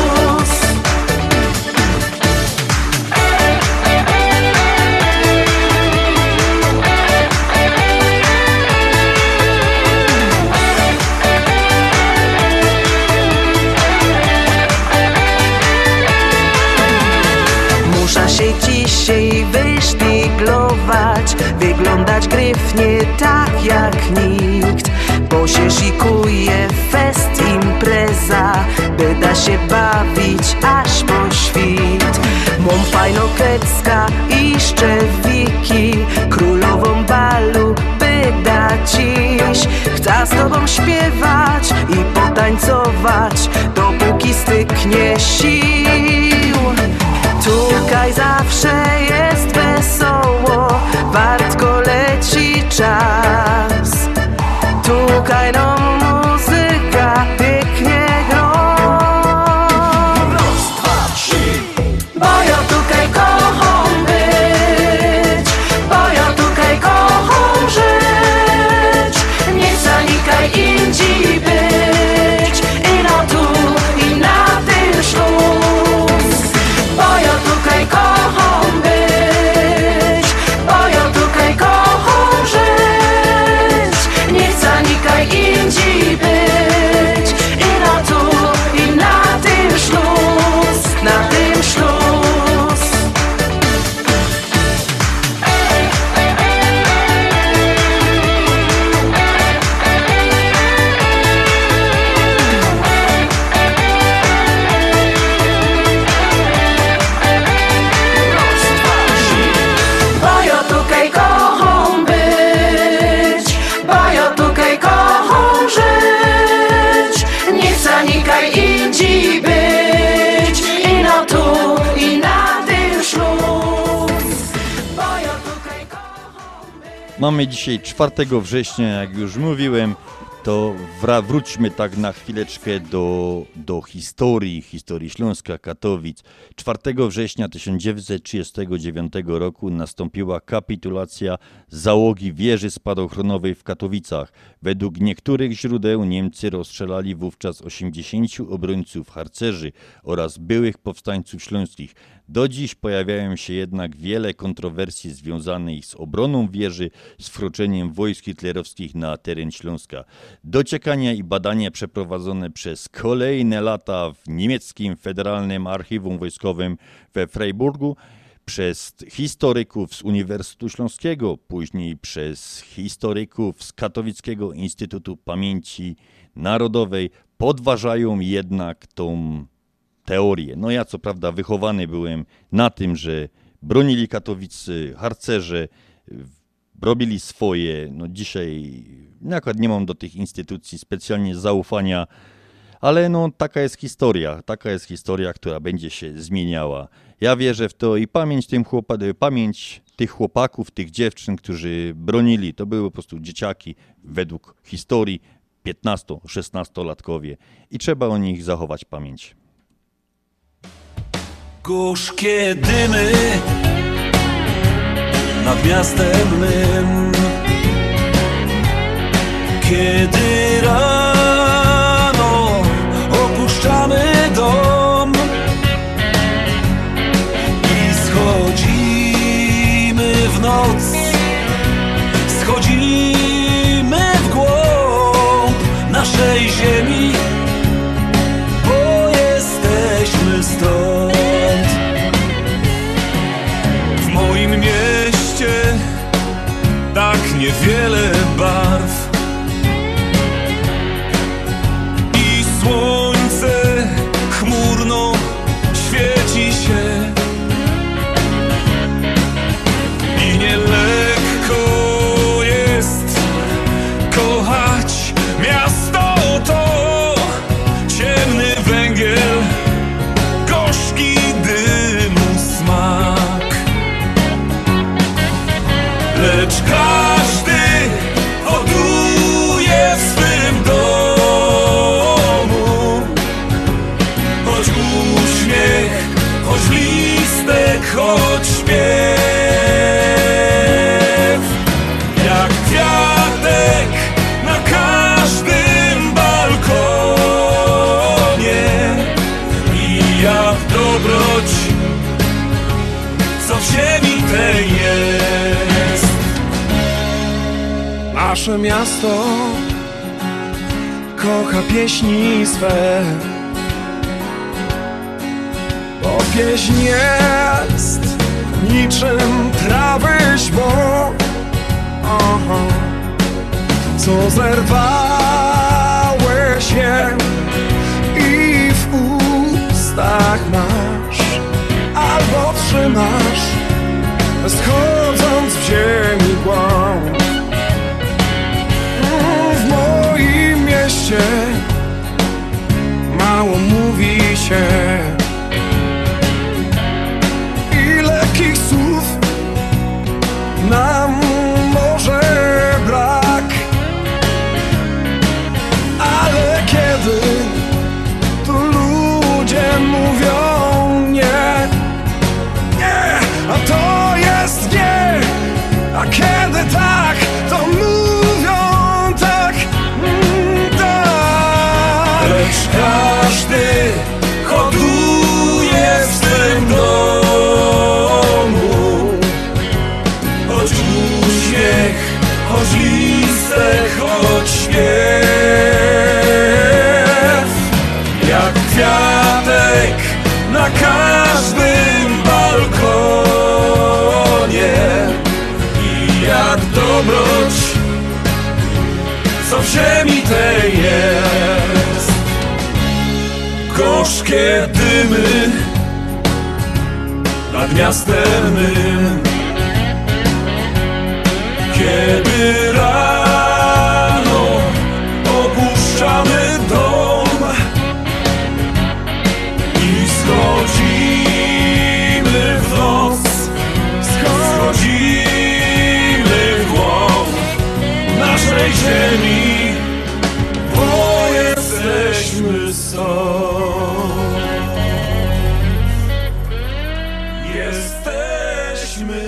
Muszę się dzisiaj wyszpiglować, wyglądać gryfnie tak jak nikt, bo się szykuje fest, impreza, by da się bawić aż po świt. Mam fajną kecka i szczewiki, królową balu by da dziś. Chcę z tobą śpiewać i potańcować, dopóki styknie sił. Tutaj zawsze jest wesoło, wartko leci czas. Tutaj no muzyka pięknie gro. Raz, dwa, trzy. Bo ja tutaj kocham być, bo ja tutaj kocham żyć. Nie zanikaj indziej być, i no tu, i na tym Śląsk. Bo ja tutaj kocham być, bo ja tutaj kocham żyć. Nie zanikaj indziej być, i no tu, i na tym Śląsk, na tym Śląsk. Bo ja tutaj kocham być, bo ja tutaj kocham żyć. Nie zanikaj indziej być, i no tu, i na tym Śląsk. Bo ja tutaj Mamy dzisiaj 4 września, jak już mówiłem, to wróćmy tak na chwileczkę do historii Śląska, Katowic. 4 września 1939 roku nastąpiła kapitulacja załogi wieży spadochronowej w Katowicach. Według niektórych źródeł Niemcy rozstrzelali wówczas 80 obrońców harcerzy oraz byłych powstańców śląskich. Do dziś pojawiają się jednak wiele kontrowersji związanych z obroną wieży, z wkroczeniem wojsk hitlerowskich na teren Śląska. Dociekania i badania przeprowadzone przez kolejne lata w niemieckim Federalnym Archiwum Wojskowym we Freiburgu, przez historyków z Uniwersytetu Śląskiego, później przez historyków z Katowickiego Instytutu Pamięci Narodowej podważają jednak tą teorię. No ja co prawda wychowany byłem na tym, że bronili Katowicy, harcerze, robili swoje. No dzisiaj akurat nie mam do tych instytucji specjalnie zaufania, ale no taka jest historia, która będzie się zmieniała. Ja wierzę w to i pamięć tych chłopaków, tych dziewczyn, którzy bronili, to były po prostu dzieciaki według historii, 15-16-latkowie i trzeba o nich zachować pamięć. Gorzkie dymy nad miastem mym, kiedy rano opuszczamy dom i schodzimy w noc, schodzimy w głąb naszej ziemi, bo jesteśmy stąd. W moim nasze miasto kocha pieśni swe, bo pieśń jest niczym trawy śbok, co zerwałeś je i w ustach masz, albo trzymasz, schodząc w ziemi głąb. W moim mieście mało mówi się i lekkich słów nam może brak, ale kiedy tu ludzie mówią nie, nie, a to jest nie, a kiedy tak, to mówią tak, tak. Lecz każdy hoduje w swym domu, choć uśmiech, choć listek, choć śpiew, jak kwiatek na każdym balkonie i jak dobroć, co w ziemi tej jest. Gorzkie dymy nad miastem mym, kiedy rano opuszczamy dom i schodzimy w noc, schodzimy w głąb naszej ziemi, bo jesteśmy stąd. Jesteśmy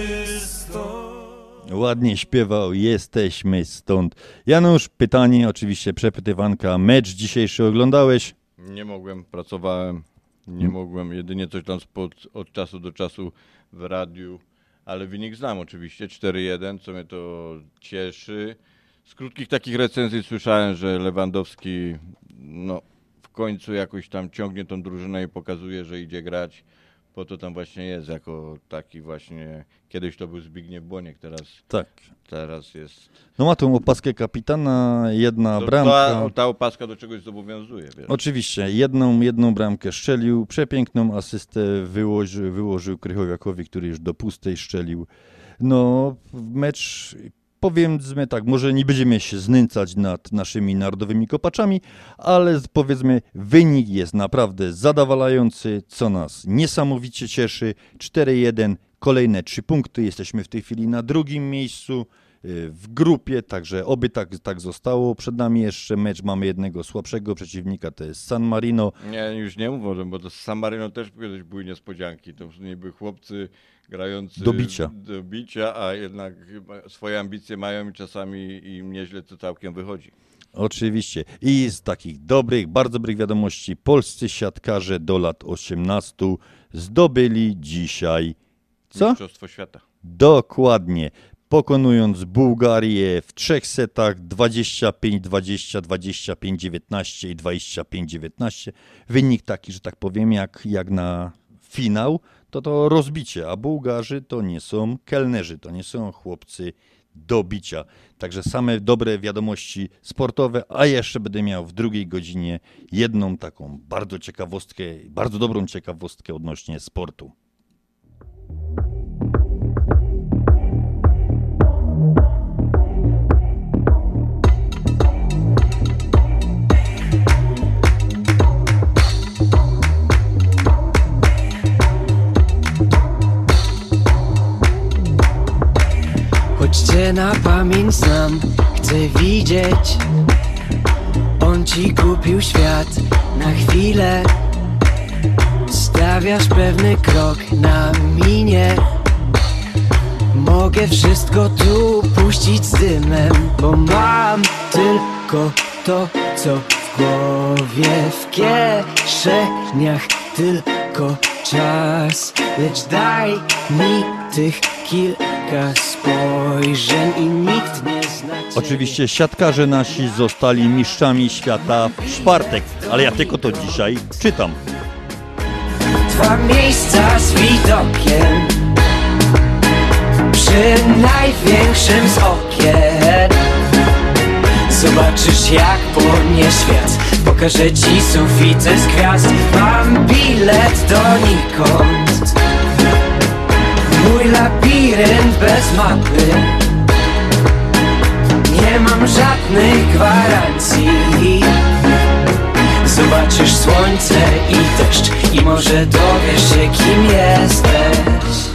stąd. Ładnie śpiewał, jesteśmy stąd. Janusz, pytanie, oczywiście przepytywanka. Mecz dzisiejszy oglądałeś? Nie mogłem, pracowałem, nie mogłem, jedynie coś tam od czasu do czasu w radiu, ale wynik znam oczywiście, 4-1, co mnie to cieszy. Z krótkich takich recenzji słyszałem, że Lewandowski no, w końcu jakoś tam ciągnie tą drużynę i pokazuje, że idzie grać. Po to tam właśnie jest, jako taki właśnie, kiedyś to był Zbigniew Błoniek, teraz jest... No ma tą opaskę kapitana, jedna bramka. Ta opaska do czegoś zobowiązuje, wiesz. Oczywiście, jedną bramkę strzelił, przepiękną asystę wyłożył Krychowiakowi, który już do pustej strzelił. No, mecz... Powiedzmy tak, może nie będziemy się znęcać nad naszymi narodowymi kopaczami, ale powiedzmy wynik jest naprawdę zadowalający, co nas niesamowicie cieszy. 4-1, kolejne 3 punkty, jesteśmy w tej chwili na drugim miejscu w grupie, także oby tak zostało. Przed nami jeszcze mecz, mamy jednego słabszego przeciwnika, to jest San Marino. Nie, już nie mówię, bo to San Marino też kiedyś były niespodzianki, to niby chłopcy grający do bicia, a jednak swoje ambicje mają i czasami im nieźle to całkiem wychodzi. Oczywiście. I z takich bardzo dobrych wiadomości, polscy siatkarze do lat 18 zdobyli dzisiaj Mistrzostwo świata. Dokładnie. Pokonując Bułgarię w 3 setach 25-20, 25-19 i 25-19. Wynik taki, że tak powiem, jak na finał, to rozbicie, a Bułgarzy to nie są kelnerzy, to nie są chłopcy do bicia. Także same dobre wiadomości sportowe, a jeszcze będę miał w drugiej godzinie jedną taką bardzo dobrą ciekawostkę odnośnie sportu. Choć cię na pamięć znam, chcę widzieć. On ci kupił świat na chwilę. Stawiasz pewny krok na minie. Mogę wszystko tu puścić z dymem, bo mam tylko to, co w głowie, w kieszeniach tylko czas. Lecz daj mi tych kilka spojrzeń i nikt nie Oczywiście siatkarze nasi zostali mistrzami świata w czwartek, ale ja tylko to dzisiaj czytam. Dwa miejsca z widokiem przy największym z okien. Zobaczysz jak płonie świat, pokażę ci sufity z gwiazd. Mam bilet donikąd, mój labirynt bez mapy. Nie mam żadnych gwarancji. Zobaczysz słońce i deszcz i może dowiesz się kim jesteś.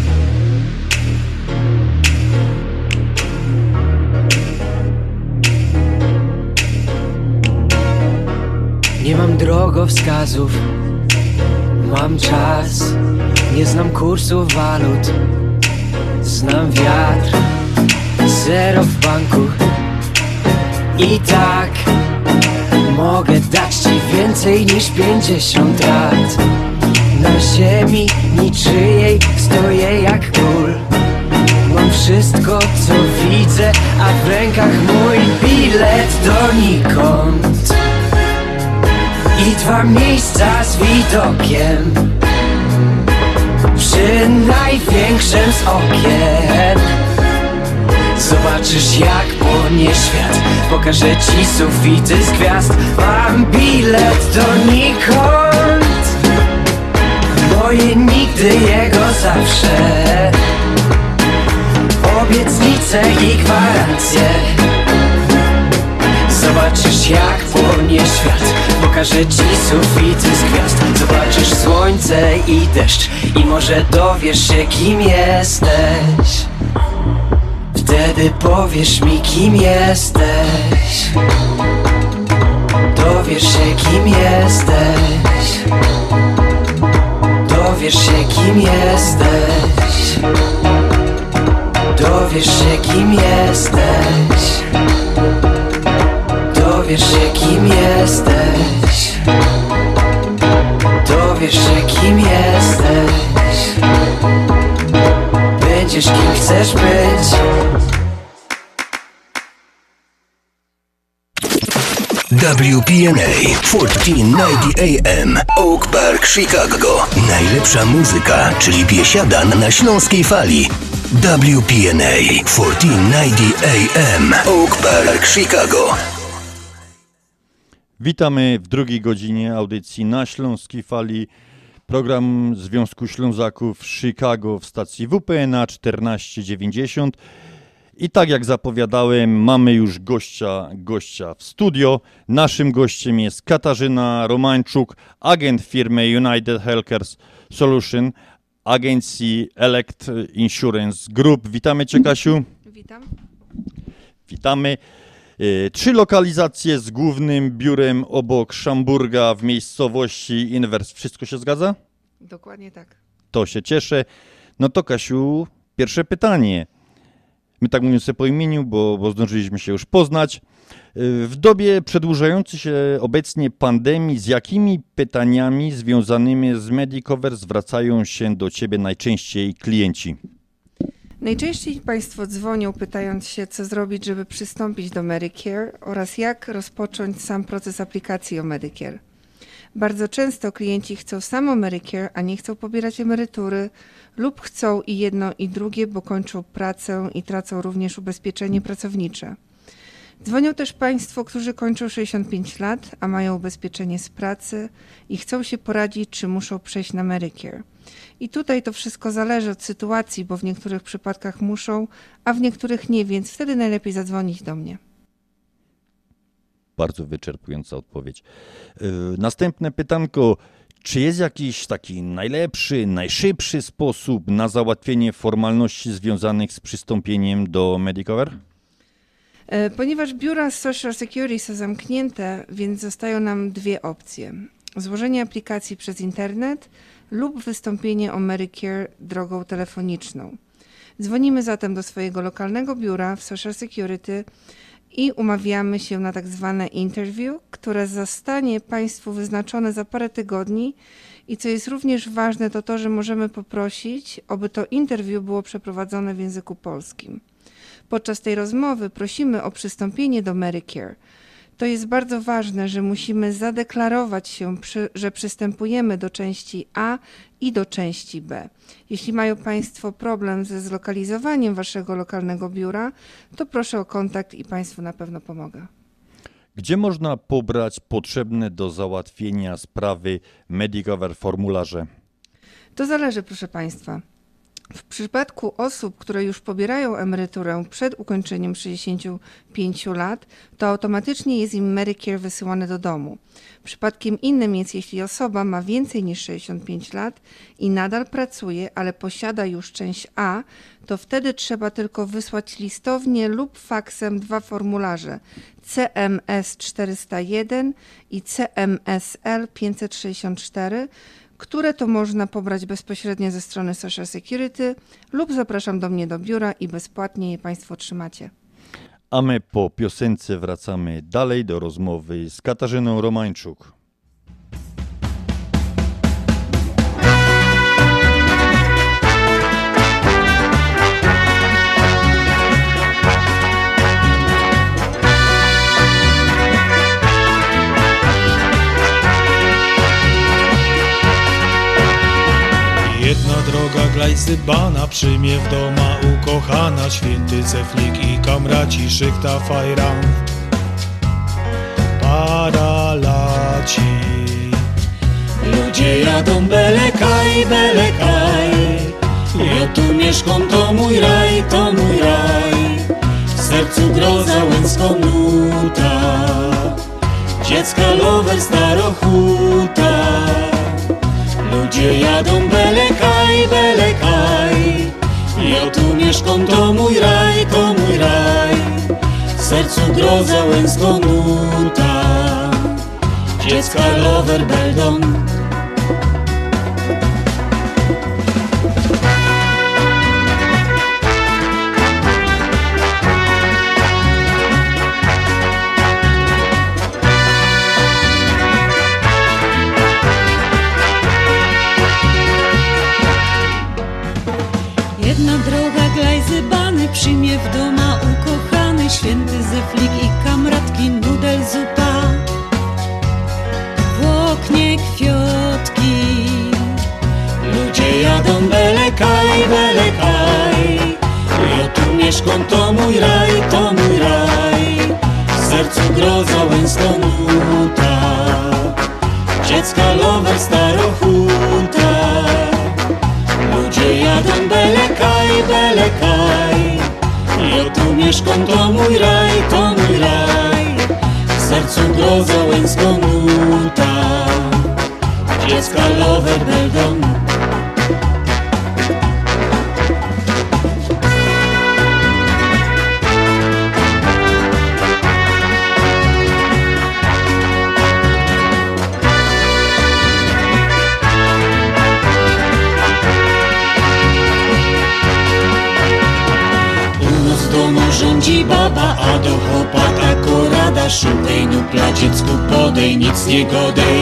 Nie mam drogowskazów, mam czas. Nie znam kursu walut, znam wiatr. Zero w banku i tak mogę dać ci więcej niż 50 lat. Na ziemi niczyjej stoję jak król. Mam wszystko co widzę, a w rękach mój bilet donikąd. I dwa miejsca z widokiem przy największym z okien. Zobaczysz jak płonie świat, pokażę ci sufity z gwiazd. Mam bilet donikąd, moje nigdy, jego zawsze. Obietnice i gwarancje. Zobaczysz jak płonie świat, pokażę ci sufity z gwiazd. Zobaczysz słońce i deszcz i może dowiesz się kim jesteś. Wtedy powiesz mi kim jesteś. Dowiesz się kim jesteś. Dowiesz się kim jesteś. Dowiesz się kim jesteś. Dowiesz się kim jesteś. Dowiesz się kim jesteś. Będziesz kim chcesz być. WPNA 1490 AM Oak Park, Chicago. Najlepsza muzyka, czyli biesiada na śląskiej fali. WPNA 1490 AM Oak Park, Chicago. Witamy w drugiej godzinie audycji na Śląskiej Fali. Program Związku Ślązaków Chicago w stacji WPNA 1490. I tak jak zapowiadałem, mamy już gościa w studio. Naszym gościem jest Katarzyna Romańczuk, agent firmy United Healthcare Solution, agencji Elect Insurance Group. Witamy Cię, Kasiu. Witam. Witamy. 3 lokalizacje z głównym biurem obok Szamburga w miejscowości Inwers. Wszystko się zgadza? Dokładnie tak. To się cieszę. No to Kasiu, pierwsze pytanie. My tak mówimy sobie po imieniu, bo zdążyliśmy się już poznać. W dobie przedłużającej się obecnie pandemii, z jakimi pytaniami związanymi z Medicover zwracają się do Ciebie najczęściej klienci? Najczęściej Państwo dzwonią pytając się, co zrobić, żeby przystąpić do Medicare oraz jak rozpocząć sam proces aplikacji o Medicare. Bardzo często klienci chcą samo Medicare, a nie chcą pobierać emerytury lub chcą i jedno i drugie, bo kończą pracę i tracą również ubezpieczenie pracownicze. Dzwonią też Państwo, którzy kończą 65 lat, a mają ubezpieczenie z pracy i chcą się poradzić, czy muszą przejść na Medicare. I tutaj to wszystko zależy od sytuacji, bo w niektórych przypadkach muszą, a w niektórych nie, więc wtedy najlepiej zadzwonić do mnie. Bardzo wyczerpująca odpowiedź. Następne pytanko. Czy jest jakiś taki najlepszy, najszybszy sposób na załatwienie formalności związanych z przystąpieniem do Medicover? Ponieważ biura Social Security są zamknięte, więc zostają nam 2 opcje. Złożenie aplikacji przez internet lub wystąpienie o Medicare drogą telefoniczną. Dzwonimy zatem do swojego lokalnego biura w Social Security i umawiamy się na tak zwane interview, które zostanie Państwu wyznaczone za parę tygodni i co jest również ważne, to to, że możemy poprosić, aby to interview było przeprowadzone w języku polskim. Podczas tej rozmowy prosimy o przystąpienie do Medicare. To jest bardzo ważne, że musimy zadeklarować się, że przystępujemy do części A i do części B. Jeśli mają Państwo problem ze zlokalizowaniem Waszego lokalnego biura, to proszę o kontakt i Państwu na pewno pomogę. Gdzie można pobrać potrzebne do załatwienia sprawy Medicover formularze? To zależy, proszę Państwa. W przypadku osób, które już pobierają emeryturę przed ukończeniem 65 lat, to automatycznie jest im Medicare wysyłane do domu. Przypadkiem innym jest, jeśli osoba ma więcej niż 65 lat i nadal pracuje, ale posiada już część A, to wtedy trzeba tylko wysłać listownie lub faksem 2 formularze CMS 401 i CMSL 564, które to można pobrać bezpośrednio ze strony Social Security lub zapraszam do mnie do biura i bezpłatnie je Państwo otrzymacie. A my po piosence wracamy dalej do rozmowy z Katarzyną Romańczuk. Jedna droga glajzybana przyjmie w doma ukochana, święty Ceflik i kamraci szychta fajran paralaci. Ludzie jadą belekaj, belekaj, ja tu mieszkam, to mój raj, to mój raj. W sercu groza łęcką nuta, dziecka lover starochuta. Ludzie jadą belekaj, belekaj, ja tu mieszkam, to mój raj, to mój raj. W sercu groza łęcką nuta, dziecka lover beldon. Jedna droga glajzybany przyjmie w doma ukochany, święty Zeflik i kamratki nudel zupa, w oknie kwiotki. Ludzie jadą belekaj, belekaj, ja tu mieszkam, to mój raj, to mój raj. W sercu groza łęcką nuta, dziecka lover starochuta. Ludzie jadą belekaj, belekaj, ja tu mieszkam, to mój raj, to mój raj. W sercu groza łęcką nuta, dziecka lover beldon. Rządzi baba, a do chłopaka korada. Szukaj nupla, dziecku podej, nic nie godej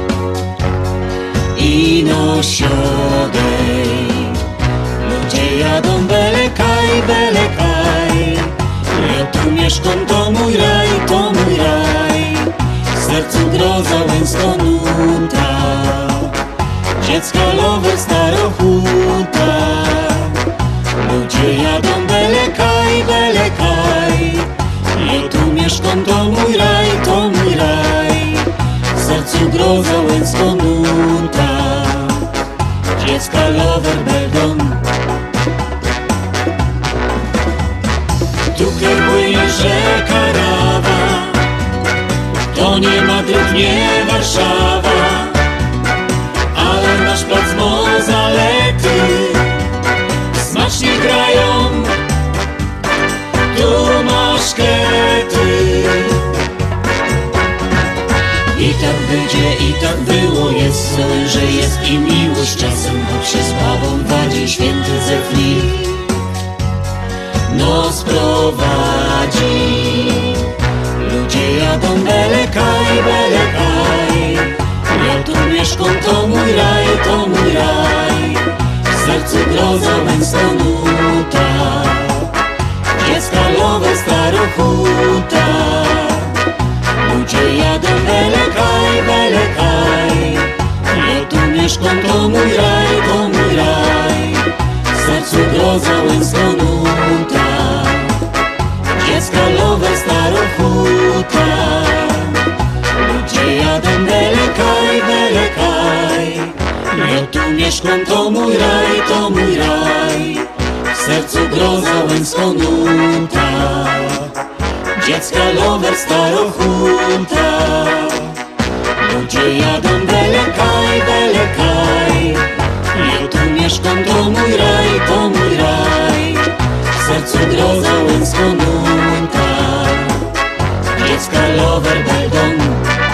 i no siodej. Ludzie jadą belekaj, belekaj, ja tu mieszkam, to mój raj, to mój raj. W sercu groza łęcką nuta, dziecka lover starochuta. Ludzie jadą belekaj, belekaj, ja tu mieszkam, to mój raj, to mój raj. W sercu groza łęcką nuta, dziecka lover beldon. Tutaj płynie rzeka Rawa, to nie Madryt, nie Warszawa, ale nasz plac Mozalety smacznie grają tu maszkety. I tak będzie, i tak było, jest zły, że jest i miłość. Czasem choć się z babą wadzi, święty Zeflik nos prowadzi. Ludzie jadą belekaj, belekaj, ja tu mieszkam, to mój raj, to mój raj. W sercu groza łęcką nuta, dziecka lowe starochuta. Ludzie jadą belekaj, belekaj, ja tu mieszkam, to mój raj, to mój raj. W sercu groza Łęckonuta, dziecka lowe starochuta. Ludzie jadą belekaj, belekaj, ja tu mieszkam, to mój raj, to mój raj. W sercu groza Łęckonuta, dziecka lover starochuta. Ludzie jadą belekaj, belekaj, ja tu mieszkam, to mój raj, to mój raj. W sercu groza Łęckonuta, dziecka lover beldon.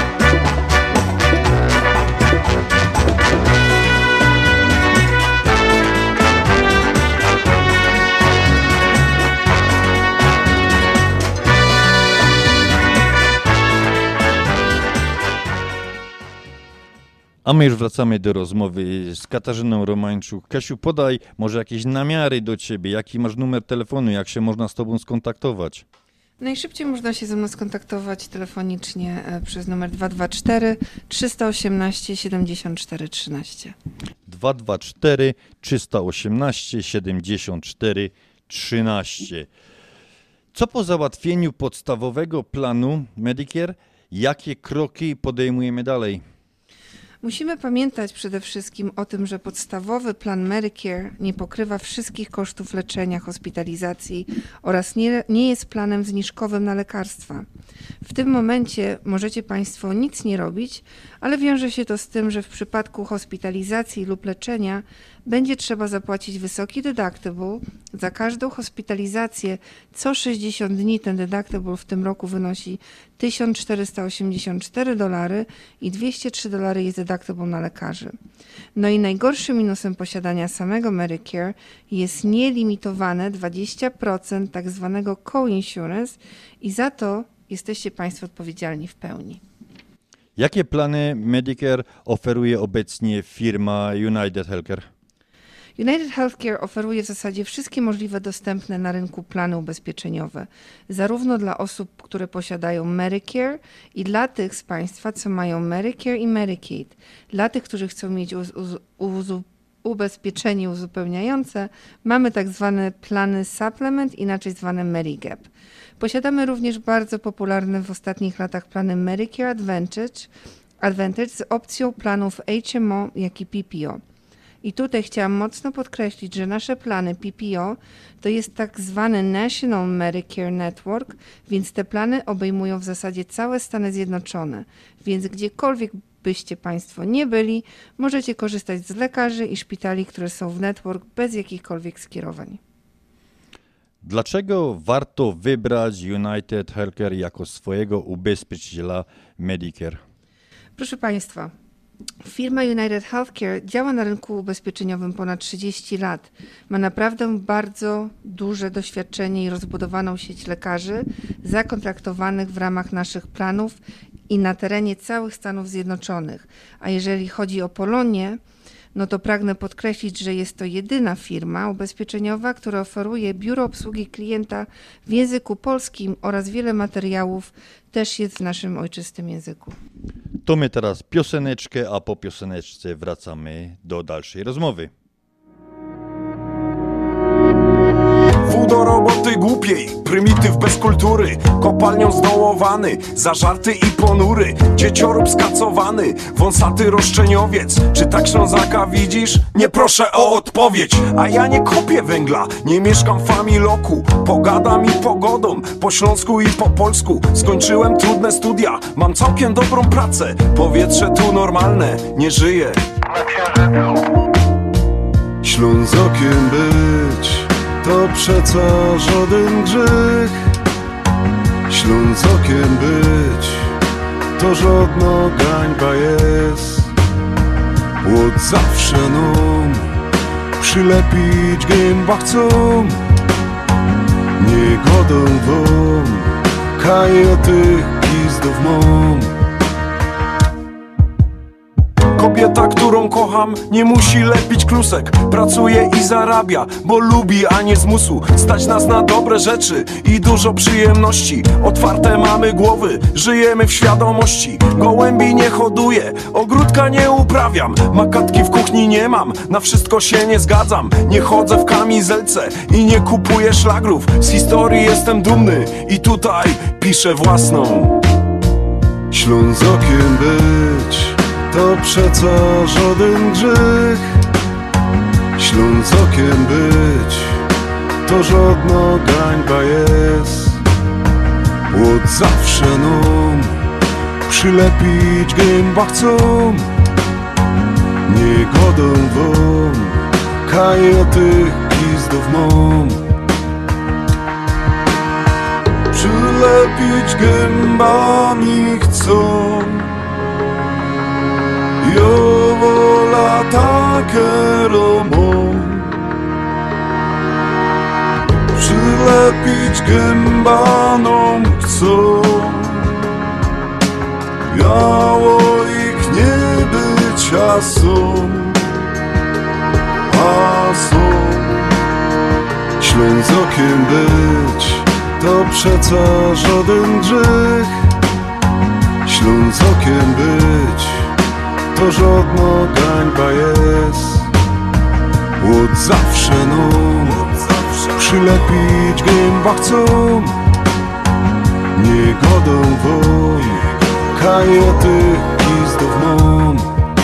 A my już wracamy do rozmowy z Katarzyną Romańczuk. Kasiu, podaj może jakieś namiary do Ciebie, jaki masz numer telefonu, jak się można z Tobą skontaktować? Najszybciej można się ze mną skontaktować telefonicznie przez numer 224 318 74 13. 224 318 74 13. Co po załatwieniu podstawowego planu Medicare, jakie kroki podejmujemy dalej? Musimy pamiętać przede wszystkim o tym, że podstawowy plan Medicare nie pokrywa wszystkich kosztów leczenia, hospitalizacji oraz nie jest planem zniżkowym na lekarstwa. W tym momencie możecie Państwo nic nie robić, ale wiąże się to z tym, że w przypadku hospitalizacji lub leczenia będzie trzeba zapłacić wysoki deductible. Za każdą hospitalizację co 60 dni ten deductible w tym roku wynosi $1484 i $203 jest deductible na lekarzy. No i najgorszym minusem posiadania samego Medicare jest nielimitowane 20% tak zwanego co-insurance i za to jesteście Państwo odpowiedzialni w pełni. Jakie plany Medicare oferuje obecnie firma United Healthcare? United Healthcare oferuje w zasadzie wszystkie możliwe dostępne na rynku plany ubezpieczeniowe, zarówno dla osób, które posiadają Medicare i dla tych z Państwa, co mają Medicare i Medicaid. Dla tych, którzy chcą mieć ubezpieczenie uzupełniające, mamy tak zwane plany Supplement, inaczej zwane Medigap. Posiadamy również bardzo popularne w ostatnich latach plany Medicare Advantage z opcją planów HMO, jak i PPO. I tutaj chciałam mocno podkreślić, że nasze plany PPO to jest tak zwany National Medicare Network, więc te plany obejmują w zasadzie całe Stany Zjednoczone. Więc gdziekolwiek byście Państwo nie byli, możecie korzystać z lekarzy i szpitali, które są w network bez jakichkolwiek skierowań. Dlaczego warto wybrać United Healthcare jako swojego ubezpieczyciela Medicare? Proszę Państwa, firma United Healthcare działa na rynku ubezpieczeniowym ponad 30 lat. Ma naprawdę bardzo duże doświadczenie i rozbudowaną sieć lekarzy zakontraktowanych w ramach naszych planów i na terenie całych Stanów Zjednoczonych. A jeżeli chodzi o Polonię, no to pragnę podkreślić, że jest to jedyna firma ubezpieczeniowa, która oferuje biuro obsługi klienta w języku polskim oraz wiele materiałów też jest w naszym ojczystym języku. To my teraz pioseneczkę, a po pioseneczce wracamy do dalszej rozmowy. Do roboty głupiej, prymityw bez kultury, kopalnią zdołowany, zażarty i ponury, dzieciorób skacowany, wąsaty roszczeniowiec. Czy tak Ślązaka widzisz? Nie proszę o odpowiedź. A ja nie kopię węgla, nie mieszkam w familoku, pogadam i pogodą, po śląsku i po polsku. Skończyłem trudne studia, mam całkiem dobrą pracę, powietrze tu normalne, nie żyję na księżycu. Ślązakiem być to przeca żaden grzech. Ślązakiem być to żadna gańba jest. Od zawsze nam przylepić gęba chcą. Nie godą wam kajetych gizdów mam. Kobieta ta, którą kocham, nie musi lepić klusek. Pracuje i zarabia, bo lubi, a nie z musu. Stać nas na dobre rzeczy i dużo przyjemności. Otwarte mamy głowy, żyjemy w świadomości. Gołębi nie hoduję, ogródka nie uprawiam, makatki w kuchni nie mam, na wszystko się nie zgadzam. Nie chodzę w kamizelce i nie kupuję szlagrów. Z historii jestem dumny i tutaj piszę własną. Ślązokiem być to przeco żaden grzech. Ślązokiem być to żadna gańba jest. Od zawsze nam przylepić gęba chcą. Nie godą wam kajetych gizdów mam. Przylepić gębami chcą. Jo wola takie romom. Przylepić gębanom chcą. Biało ich nie bycia są, a są. Ślązokiem być to przeco żaden grzech. Ślązokiem być to żadna gańba jest. Od zawsze nam przylepić gęba chcą. Nie godą wam kajety gizdów mam.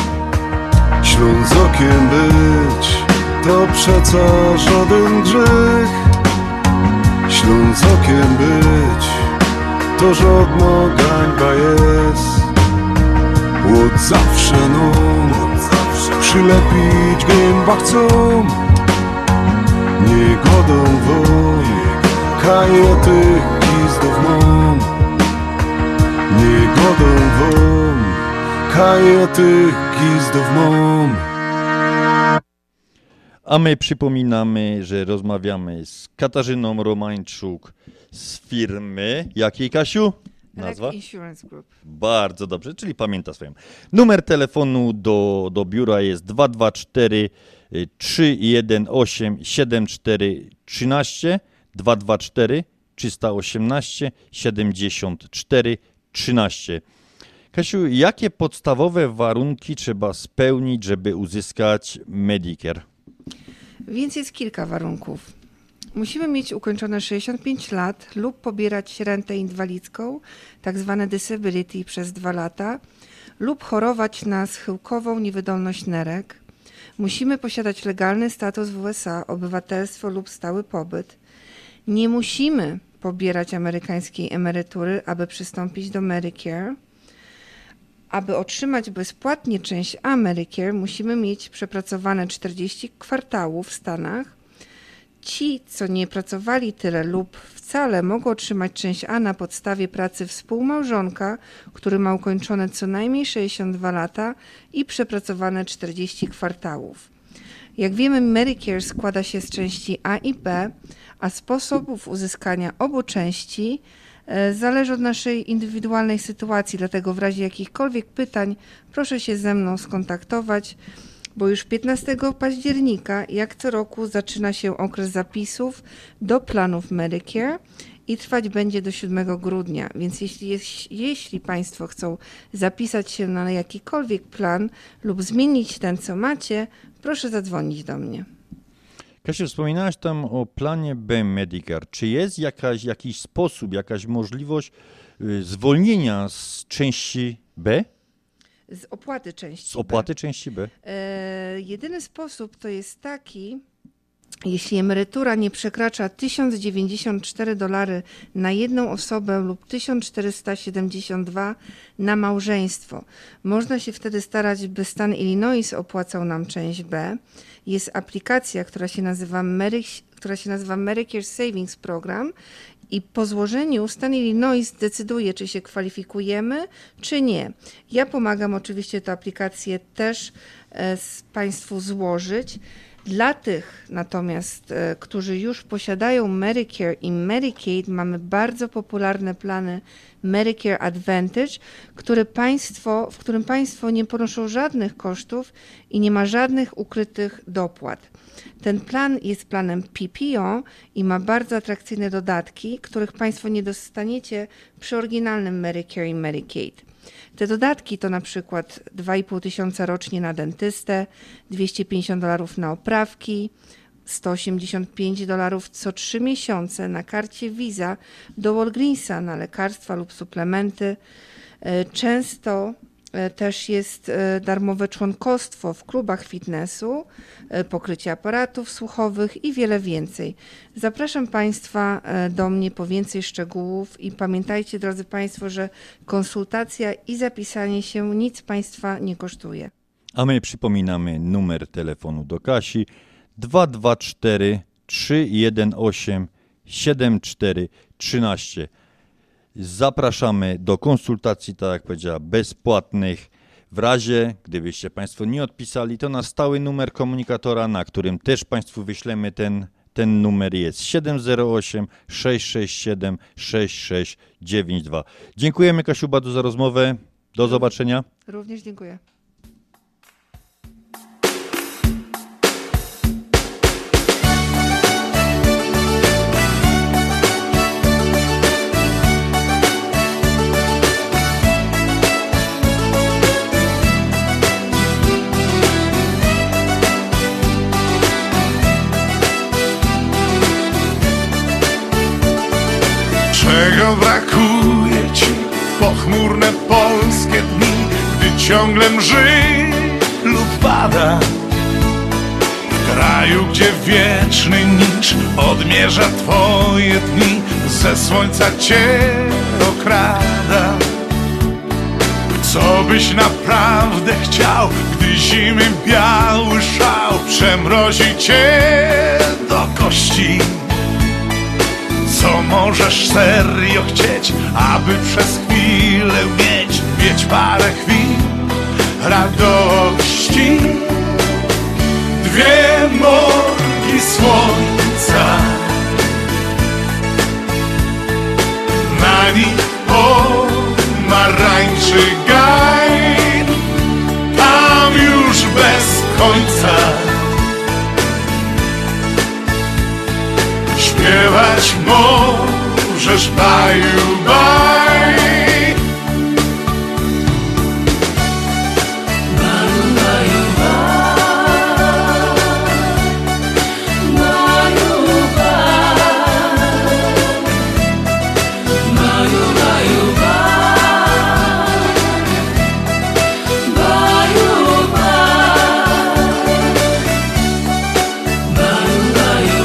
Ślązokiem być to przeco żaden grzech. Ślązokiem być to żadna gańba jest. Od zawsze nam przylepić gęba chcą. Nie godą wam kajety gizdów mam. Nie godą wam kajety gizdów mam. A my przypominamy, że rozmawiamy z Katarzyną Romańczuk z firmy, jakiej, Kasiu? Nazwa? Insurance Group. Bardzo dobrze, czyli pamięta swoją. Numer telefonu do biura jest 224 318 7413 224 318 74 13. Kasiu, jakie podstawowe warunki trzeba spełnić, żeby uzyskać Medicare? Więc jest kilka warunków. Musimy mieć ukończone 65 lat lub pobierać rentę inwalidzką, tak zwane disability, przez 2 lata, lub chorować na schyłkową niewydolność nerek. Musimy posiadać legalny status w USA, obywatelstwo lub stały pobyt. Nie musimy pobierać amerykańskiej emerytury, aby przystąpić do Medicare. Aby otrzymać bezpłatnie część A Medicare, musimy mieć przepracowane 40 kwartałów w Stanach. Ci, co nie pracowali tyle lub wcale, mogą otrzymać część A na podstawie pracy współmałżonka, który ma ukończone co najmniej 62 lata i przepracowane 40 kwartałów. Jak wiemy, Medicare składa się z części A i B, a sposobów uzyskania obu części zależy od naszej indywidualnej sytuacji, dlatego w razie jakichkolwiek pytań proszę się ze mną skontaktować, bo już 15 października, jak co roku, zaczyna się okres zapisów do planów Medicare i trwać będzie do 7 grudnia, więc jeśli Państwo chcą zapisać się na jakikolwiek plan lub zmienić ten, co macie, proszę zadzwonić do mnie. Kasiu, wspominałaś tam o planie B Medicare. Czy jest jakiś sposób, jakaś możliwość zwolnienia z części B? Z opłaty części Z opłaty części B? Jedyny sposób to jest taki, jeśli emerytura nie przekracza $1094 na jedną osobę lub 1472 na małżeństwo. Można się wtedy starać, by stan Illinois opłacał nam część B. Jest aplikacja, która się nazywa Medicare Savings Program i po złożeniu stan Illinois decyduje, czy się kwalifikujemy, czy nie. Ja pomagam oczywiście tę aplikację też Państwu złożyć. Dla tych natomiast, którzy już posiadają Medicare i Medicaid, mamy bardzo popularne plany Medicare Advantage, w którym państwo nie ponoszą żadnych kosztów i nie ma żadnych ukrytych dopłat. Ten plan jest planem PPO i ma bardzo atrakcyjne dodatki, których państwo nie dostaniecie przy oryginalnym Medicare i Medicaid. Te dodatki to na przykład 2,5 tysiąca rocznie na dentystę, $250 na oprawki, $185 co 3 miesiące na karcie Visa do Walgreensa na lekarstwa lub suplementy. Często też jest darmowe członkostwo w klubach fitnessu, pokrycie aparatów słuchowych i wiele więcej. Zapraszam Państwa do mnie po więcej szczegółów i pamiętajcie, drodzy Państwo, że konsultacja i zapisanie się nic Państwa nie kosztuje. A my przypominamy numer telefonu do Kasi 224 318 7413. Zapraszamy do konsultacji, tak jak powiedziała, bezpłatnych. W razie, gdybyście Państwo nie odpisali, to na stały numer komunikatora, na którym też Państwu wyślemy ten numer jest 708 667 6692. Dziękujemy, Kasiu, bardzo za rozmowę. Do zobaczenia. Również dziękuję. Czego brakuje ci w pochmurne polskie dni, gdy ciągle mrzy lub pada? W kraju, gdzie wieczny nicz odmierza twoje dni, ze słońca cię okrada. Co byś naprawdę chciał, gdy zimy biały szał przemrozi cię do kości? Co możesz serio chcieć, aby przez chwilę mieć parę chwil radości? Dwie morgi słońca, na nich pomarańczy gaj, tam już bez końca śpiewać możesz baju, baj. Baju, baju, baj. Baju, baj. Baju, baju, baj. Baju, baj. Baju, baju,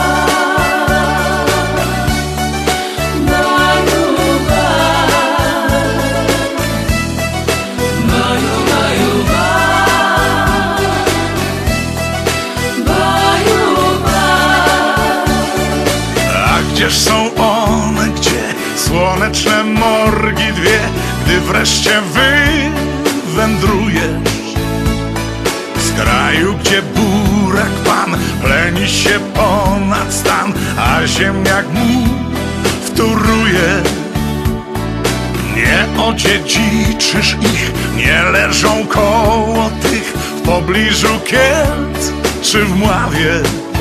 Gdzież są one, gdzie słoneczne morgi dwie, gdy wreszcie wywędrujesz z kraju, gdzie burak pan pleni się ponad stan, a ziemniak mu wtóruje. Nie odziedziczysz ich, nie leżą koło tych w pobliżu Kielc czy w Mławie.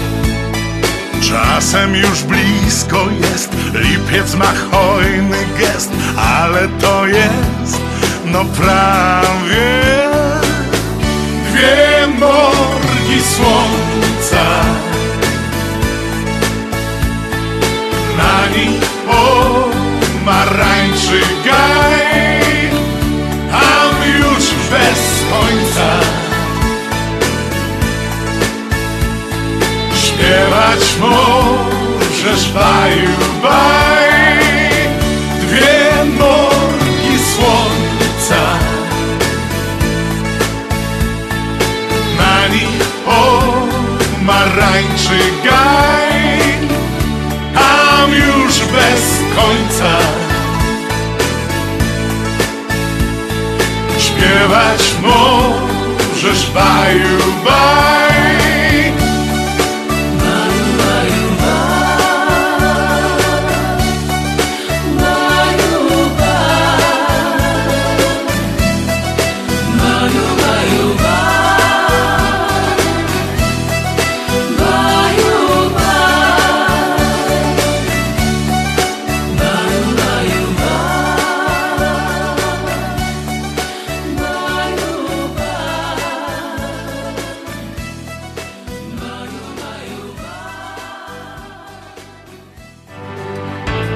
Czasem już blisko jest, lipiec ma hojny gest, ale to jest, no prawie. Dwie morgi słońca, na nich pomarańczy gaj, tam już bez końca śpiewać możesz baju, baj. Dwie morgi słońca, na nich pomarańczy gaj, tam już bez końca śpiewać możesz baju, baj.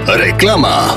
Reklama.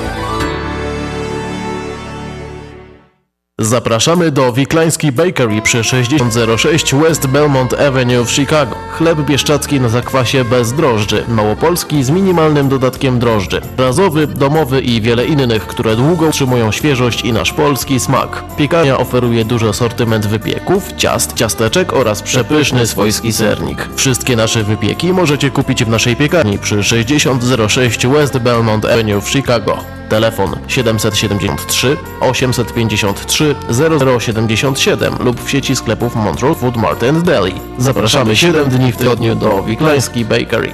Zapraszamy do Wiklański Bakery przy 6006 West Belmont Avenue w Chicago. Chleb bieszczacki na zakwasie bez drożdży, małopolski z minimalnym dodatkiem drożdży, razowy, domowy i wiele innych, które długo utrzymują świeżość i nasz polski smak. Piekarnia oferuje duży asortyment wypieków, ciast, ciasteczek oraz przepyszny swojski sernik. Wszystkie nasze wypieki możecie kupić w naszej piekarni przy 6006 West Belmont Avenue w Chicago. Telefon 773 853 0077 lub w sieci sklepów Montrose Food Mart and Deli. Zapraszamy 7 dni w tygodniu do Wiklański Bakery.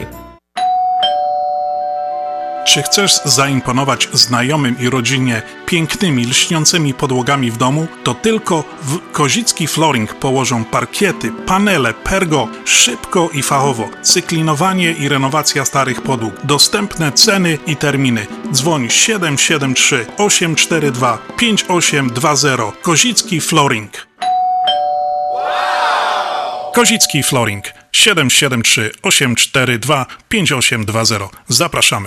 Czy chcesz zaimponować znajomym i rodzinie pięknymi, lśniącymi podłogami w domu? To tylko w Kozicki Flooring położą parkiety, panele, pergo, szybko i fachowo. Cyklinowanie i renowacja starych podłóg. Dostępne ceny i terminy. Dzwoń 773 842 5820. Kozicki Flooring. Kozicki Flooring 773 842 5820. Zapraszamy.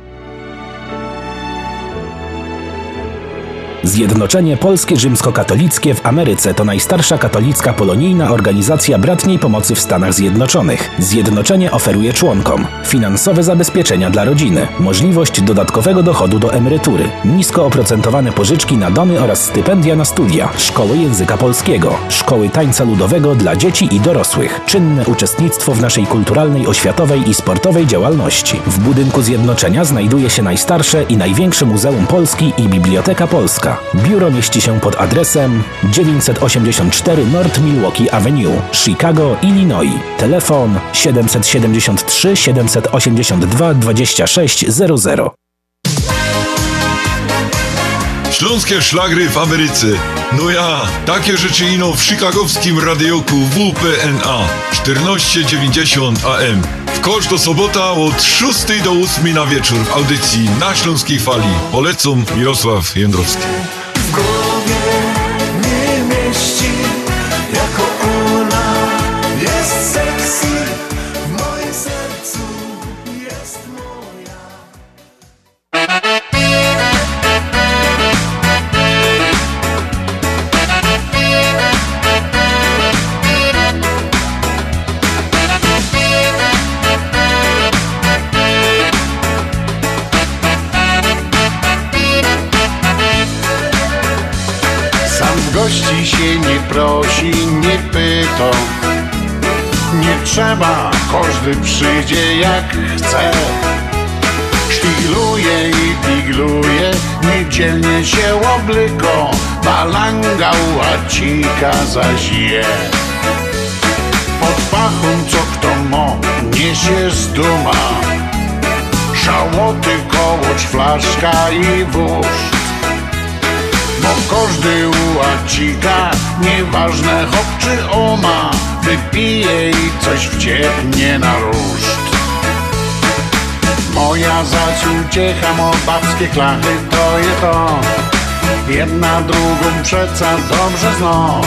Zjednoczenie Polskie Rzymskokatolickie w Ameryce to najstarsza katolicka polonijna organizacja bratniej pomocy w Stanach Zjednoczonych. Zjednoczenie oferuje członkom finansowe zabezpieczenia dla rodziny, możliwość dodatkowego dochodu do emerytury, nisko oprocentowane pożyczki na domy oraz stypendia na studia, szkoły języka polskiego, szkoły tańca ludowego dla dzieci i dorosłych, czynne uczestnictwo w naszej kulturalnej, oświatowej i sportowej działalności. W budynku Zjednoczenia znajduje się najstarsze i największe Muzeum Polski i Biblioteka Polska. Biuro mieści się pod adresem 984 North Milwaukee Avenue, Chicago, Illinois. Telefon 773 782 2600. Śląskie szlagry w Ameryce. No ja, takie rzeczy ino w chicagowskim radioku WPNA 1490 AM. W każdą sobota od 6 do 8 na wieczór w audycji na Śląskiej Fali. Polecam Mirosław Jędrowski. W głowie nie mieści, jako ona jest sexy. W moim sercu jest moja. Gości się nie prosi, nie pyta. Nie trzeba, każdy przyjdzie jak chce. Szpigluje i pigluje, niedzielnie się oblyko. Balanga łacika zaś je. Pod pachą co kto ma, niesie z duma. Szałoty, kołoć, flaszka i wóz. Bo każdy łacika, nieważne hop czy oma, wypije i coś wciepnie na ruszt. Moja zaś uciecha, mo babskie klachy, to je to. Jedna drugą przeca dobrze zna.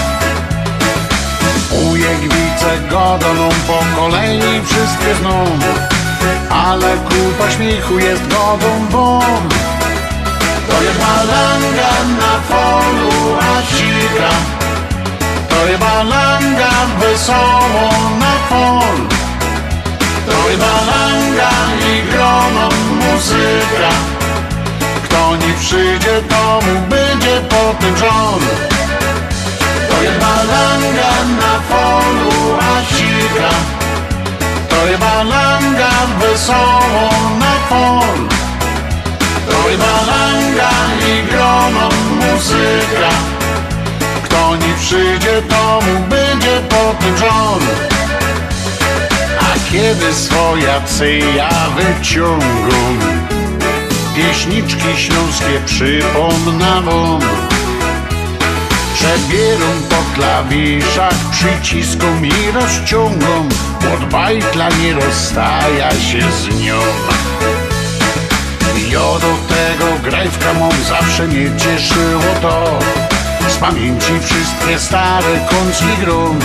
Ujegwice godoną po kolei wszystkie zną. Ale kupa śmiechu jest godą won. To jest balanga na folu łacika. To jest balanga wesoło na fol. To jest balanga i grono muzyka. Kto nie przyjdzie do mu, będzie potem żon. To jest balanga na folu łacika. To jest balanga wesoło na fol. To jest balanga i grono muzyka. Kto nie przyjdzie do mu, będzie potem żon. A kiedy swoja cyja wyciągą, pieśniczki śląskie przypomnę wam. Przebierą po klawiszach, przyciską i rozciągą. Od bajtla nie rozstaja się z nią. Ja do tego grajwka mą zawsze mnie cieszyło to. Z pamięci wszystkie stare kącki grom.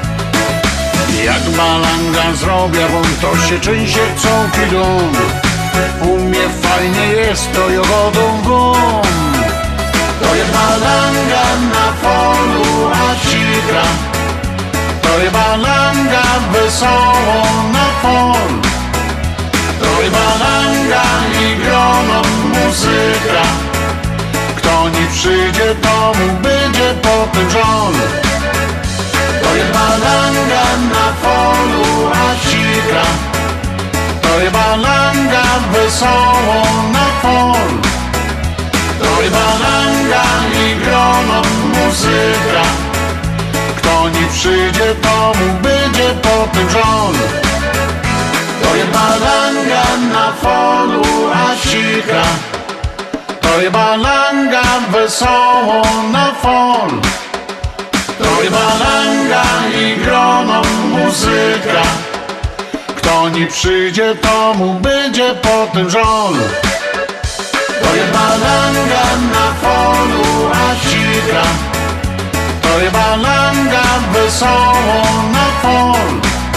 Jak balanga zrobię wam, to się częściej chcą pidą. U mnie fajnie jest, to jogodą gum. To jest balanga na polu, a gra. To jest balanga wesoło na pol. To jest balanga i grono muzyka. Kto nie przyjdzie, to mu będzie potem żon. To jest balanga na polu, a gra. To jest balanga wesoło na pol. To jest balanga i grono muzyka. Kto nie przyjdzie, to mu będzie potem żon. To jest balanga na polu, a cicha. To jest balanga wesoło na pol. To jest balanga i grono muzyka. Kto nie przyjdzie, to mu będzie potem żon. To jest balanga na polu, a cicha. To jest balanga wesoło na pol.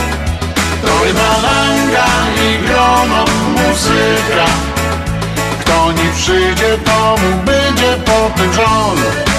To jest balanga i grono muzyka. Kto nie przyjdzie, to mu będzie potem żon.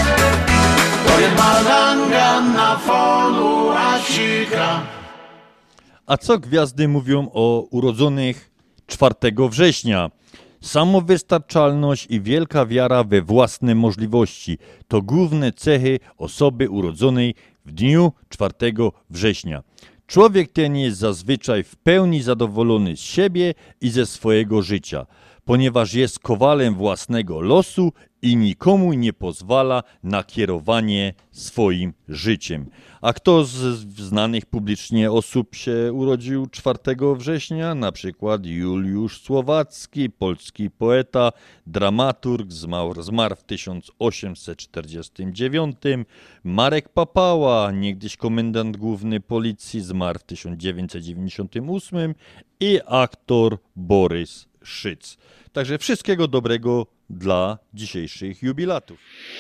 To jest balanga na polu, a cicha. A co gwiazdy mówią o urodzonych 4 września? Samowystarczalność i wielka wiara we własne możliwości to główne cechy osoby urodzonej w dniu 4 września. Człowiek ten jest zazwyczaj w pełni zadowolony z siebie i ze swojego życia, ponieważ jest kowalem własnego losu i nikomu nie pozwala na kierowanie swoim życiem. A kto z znanych publicznie osób się urodził 4 września? Na przykład Juliusz Słowacki, polski poeta, dramaturg, zmarł w 1849. Marek Papała, niegdyś komendant główny policji, zmarł w 1998. I aktor Borys Szyc. Także wszystkiego dobrego dla dzisiejszych jubilatów.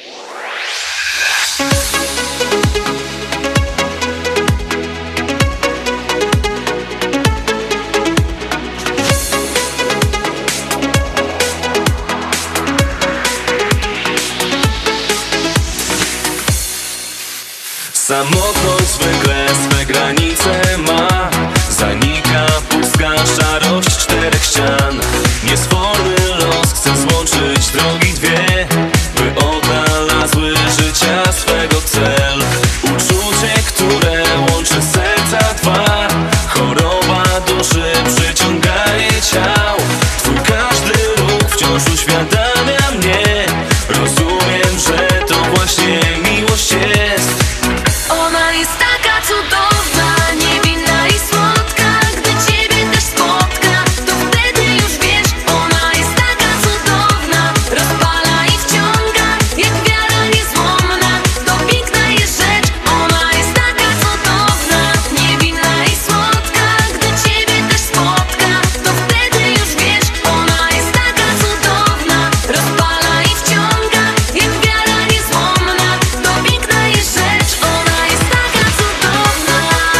Samotność zwykle swe granice ma. Zanika pustka szarość 4 ścian. Niesforny los chce złączyć drogi dwie, by odnalazły życia swego cel. Uczucie, które łączy serca dwa. Choroba duszy, przyciąganie ciał. Twój każdy ruch wciąż uświadamia mnie. Rozumiem, że to właśnie miłość jest. Ona jest taka cudowna, niewinna i słodka. Gdy ciebie też spotka, to wtedy już wiesz. Ona jest taka cudowna, rozpala i wciąga, jak wiara niezłomna. To piękna jest rzecz. Ona jest taka cudowna, niewinna i słodka. Gdy ciebie też spotka, to wtedy już wiesz. Ona jest taka cudowna, rozpala i wciąga, jak wiara niezłomna. To piękna jest rzecz. Ona jest taka cudowna.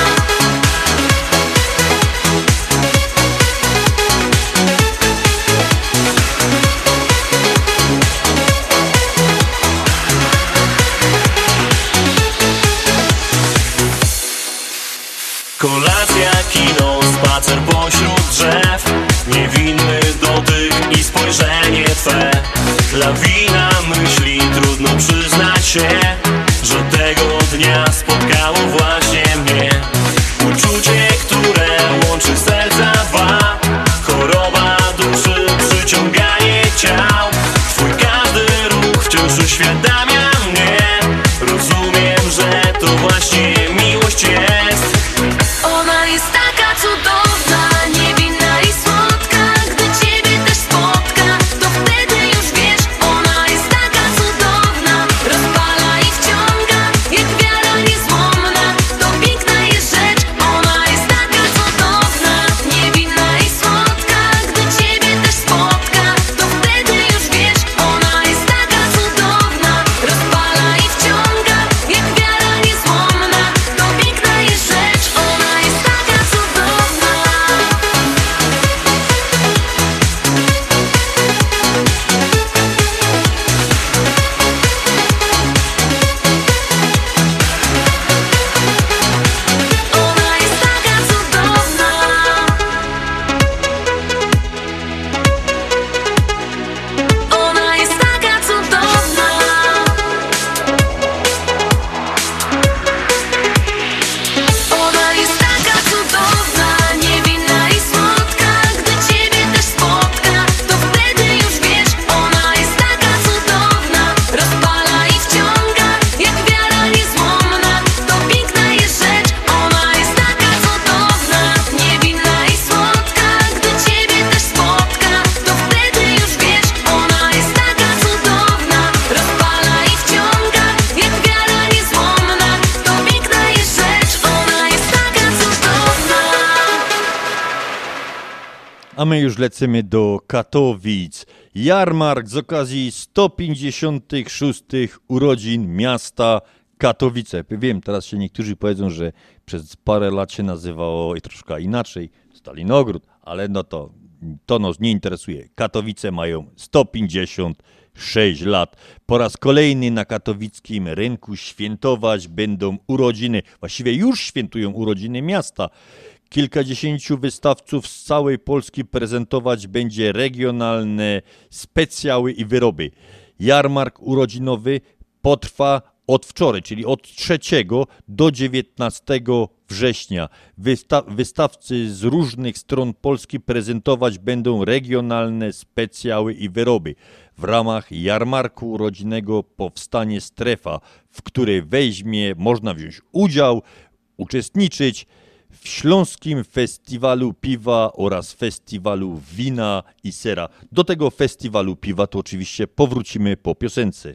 Kolacja, kino, spacer pośród drzew. Niewinny dotyk i spojrzenie twe. Lawina myśli, trudno przyznać się, że tego dnia spotkało właśnie mnie. Uczucie, które łączy serca dwa. Choroba duszy, przyciąganie ciał. Twój każdy ruch wciąż uświadamia mnie. Rozumiem, że to właśnie miłość jest. Ona jest taka cudowna, niewinna i słodka. Gdy ciebie też spotka, to wtedy już wiesz. Ona jest taka cudowna, rozpala i wciąga, jak wiara niezłomna. To A my już lecimy do Katowic. Jarmark z okazji 156 urodzin miasta Katowice. Wiem, teraz się niektórzy powiedzą, że przez parę lat się nazywało i troszkę inaczej Stalinogród, ale no to nas nie interesuje. Katowice mają 156 lat. Po raz kolejny na katowickim rynku świętować będą urodziny. Właściwie już świętują urodziny miasta. Kilkadziesięciu wystawców z całej Polski prezentować będzie regionalne specjały i wyroby. Jarmark urodzinowy potrwa od wczoraj, czyli od 3 do 19 września. Wystawcy z różnych stron Polski prezentować będą regionalne specjały i wyroby. W ramach jarmarku urodzinnego powstanie strefa, w której można wziąć udział, uczestniczyć w Śląskim Festiwalu Piwa oraz Festiwalu Wina i Sera. Do tego Festiwalu Piwa to oczywiście powrócimy po piosence.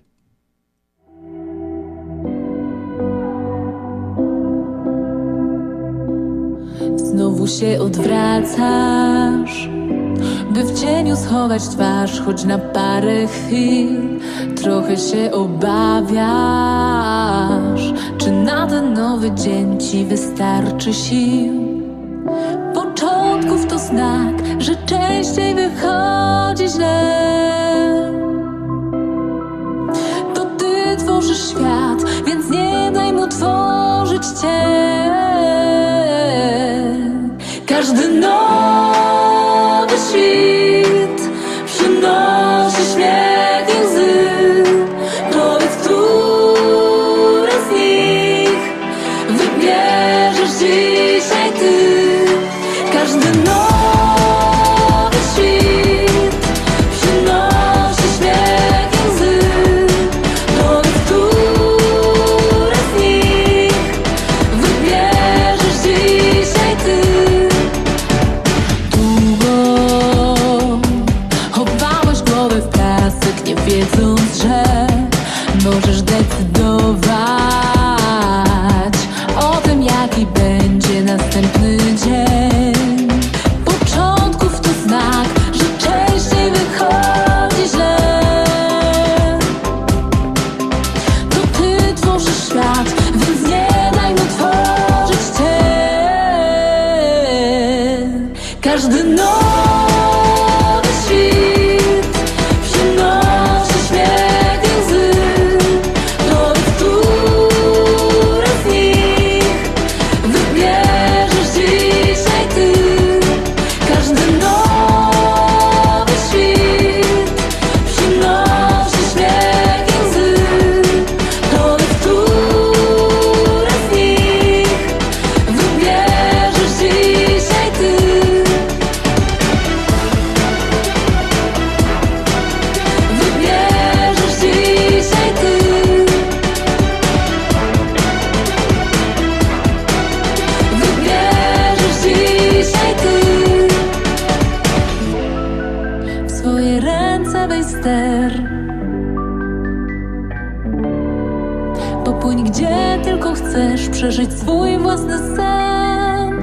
Znowu się odwracasz, by w cieniu schować twarz, choć na parę chwil. Trochę się obawiasz, czy na ten nowy dzień ci wystarczy sił. Początków to znak, że częściej wychodzi źle. To ty tworzysz świat, więc nie daj mu tworzyć cię. Każdy nowy świt przynosi śmiech i łzy. Powiedz, które z nich wybierzesz dzisiaj ty. Każdy nowy świt przynosi śmiech i łzy. Powiedz, które z nich wybierzesz dzisiaj ty. Wiedząc, że możesz decydować o tym, jaki będzie następny dzień. Początków to znak, że częściej wychodzi źle. To ty tworzysz świat, więc nie daj mu tworzyć cię. Każdy nowy świt przynosi śmiech i łzy. Powiedz, które z nich wybierzesz dzisiaj ty. Każdy nowy świt przynosi śmiech i łzy. Powiedz, które z nich wybierzesz dzisiaj ty. Wybierzesz dzisiaj ty. Wybierzesz dzisiaj ty. W swoje ręce weź ster. Popłyń gdzie tylko chcesz, przeżyć swój własny sen.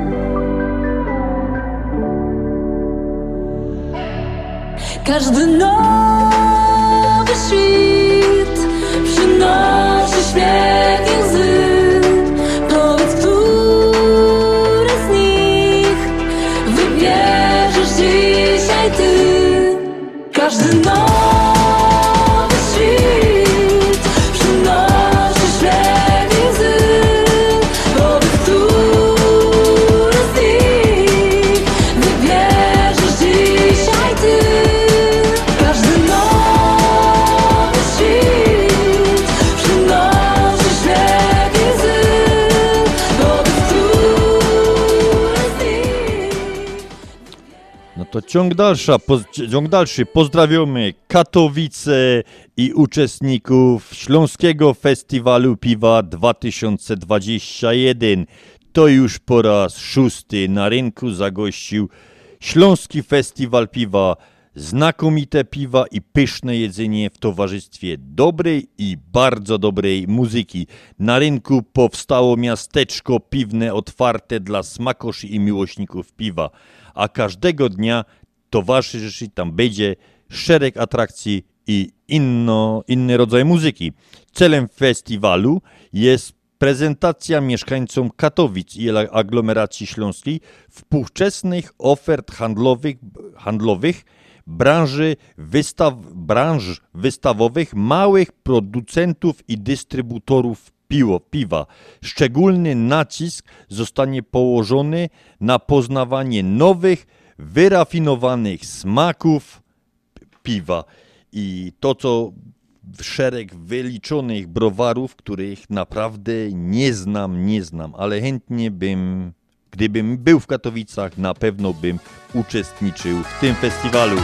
Każdy nowy świt przynosi śmiech i łzy. Powiedz, które z nich wybierzesz dzisiaj ty. Każdy nowy świt przynosi śmiech i łzy. Powiedz, które z nich wybierzesz dzisiaj ty. Każdy nowy świt przynosi śmiech i łzy. Powiedz, które z nich. No to ciąg dalszy. Pozdrawiamy Katowice i uczestników Śląskiego Festiwalu Piwa 2021. To już po raz 6. na rynku zagościł Śląski Festiwal Piwa. Znakomite piwa i pyszne jedzenie w towarzystwie dobrej i bardzo dobrej muzyki. Na rynku powstało miasteczko piwne otwarte dla smakoszy i miłośników piwa, a każdego dnia towarzyszyć, tam będzie szereg atrakcji i inny rodzaj muzyki. Celem festiwalu jest prezentacja mieszkańcom Katowic i aglomeracji śląskiej współczesnych ofert handlowych branż wystawowych małych producentów i dystrybutorów piwa. Szczególny nacisk zostanie położony na poznawanie nowych, wyrafinowanych smaków piwa. I to, co szereg wyliczonych browarów, których naprawdę nie znam, ale chętnie bym, gdybym był w Katowicach, na pewno bym uczestniczył w tym festiwalu.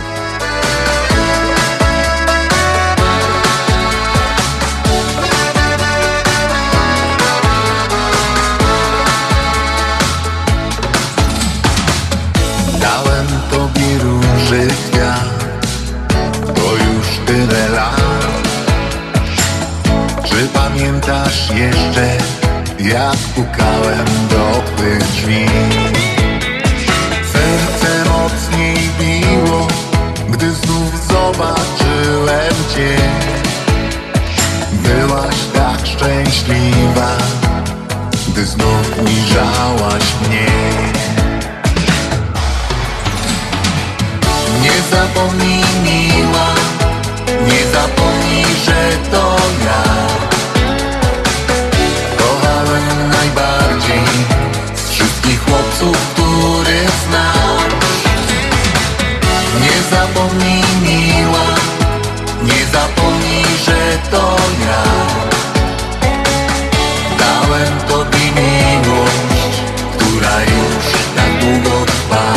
Dałem tobie róży kwiat, to już tyle lat. Czy pamiętasz jeszcze, jak pukałem do twych drzwi? Serce mocniej biło, gdy znów zobaczyłem cię. Byłaś tak szczęśliwa, gdy znów ujrzałaś mnie. Nie zapomnij, miła, nie zapomnij, że to ja kochałem najbardziej z wszystkich chłopców, których znam. Nie zapomnij, miła, nie zapomnij, że to ja dałem tobie miłość, która już tak długo trwa.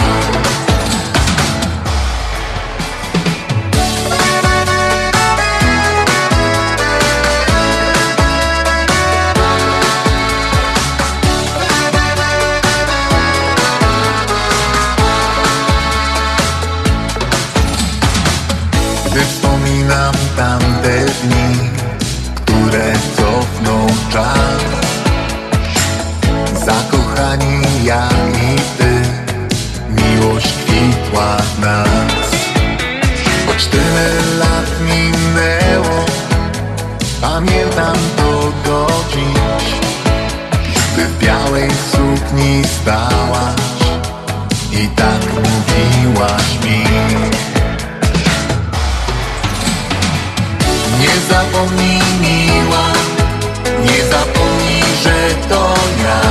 Gdy wspominam tamte dni, które cofną czas, zakochani ja i ty, miłość kwitła w nas. Choć tyle lat minęło, pamiętam to do dziś, gdy w białej sukni stałaś i tak mówiłaś mi. Nie zapomnij, miła, nie zapomnij, że to ja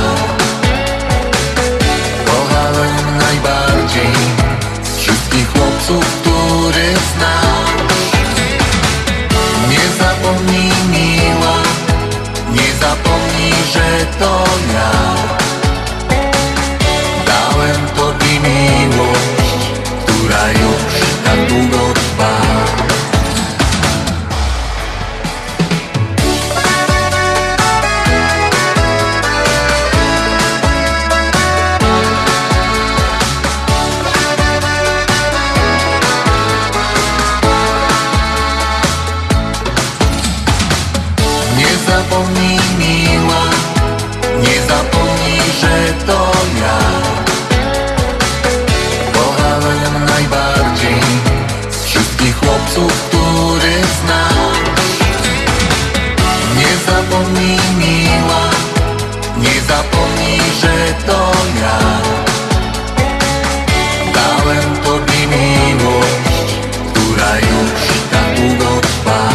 kochałem najbardziej z wszystkich chłopców, których znam. Nie zapomnij, miła, nie zapomnij, że to ja dałem tobie miłość, która już tak długo trwa. Nie zapomnij, miła, nie zapomnij, że to ja kochałem najbardziej z wszystkich chłopców, których znam. Nie zapomnij, miła, nie zapomnij, że to ja dałem tobie miłość, która już tak długo trwa.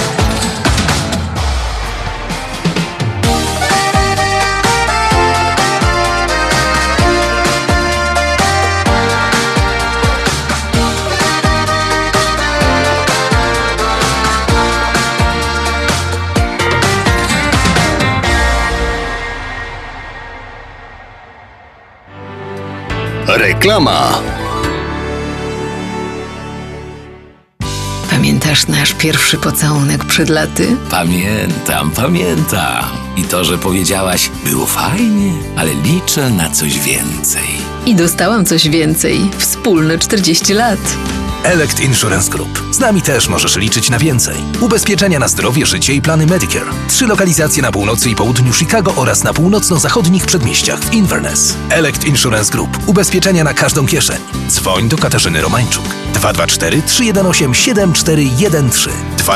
Reklama. Pamiętasz nasz pierwszy pocałunek przed laty? Pamiętam. I to, że powiedziałaś, było fajnie, ale liczę na coś więcej. I dostałam coś więcej. Wspólne 40 lat. Elect Insurance Group. Z nami też możesz liczyć na więcej. Ubezpieczenia na zdrowie, życie i plany Medicare. 3 lokalizacje na północy i południu Chicago oraz na północno-zachodnich przedmieściach w Inverness. Elect Insurance Group. Ubezpieczenia na każdą kieszeń. Dzwoń do Katarzyny Romańczuk. 224-318-7413.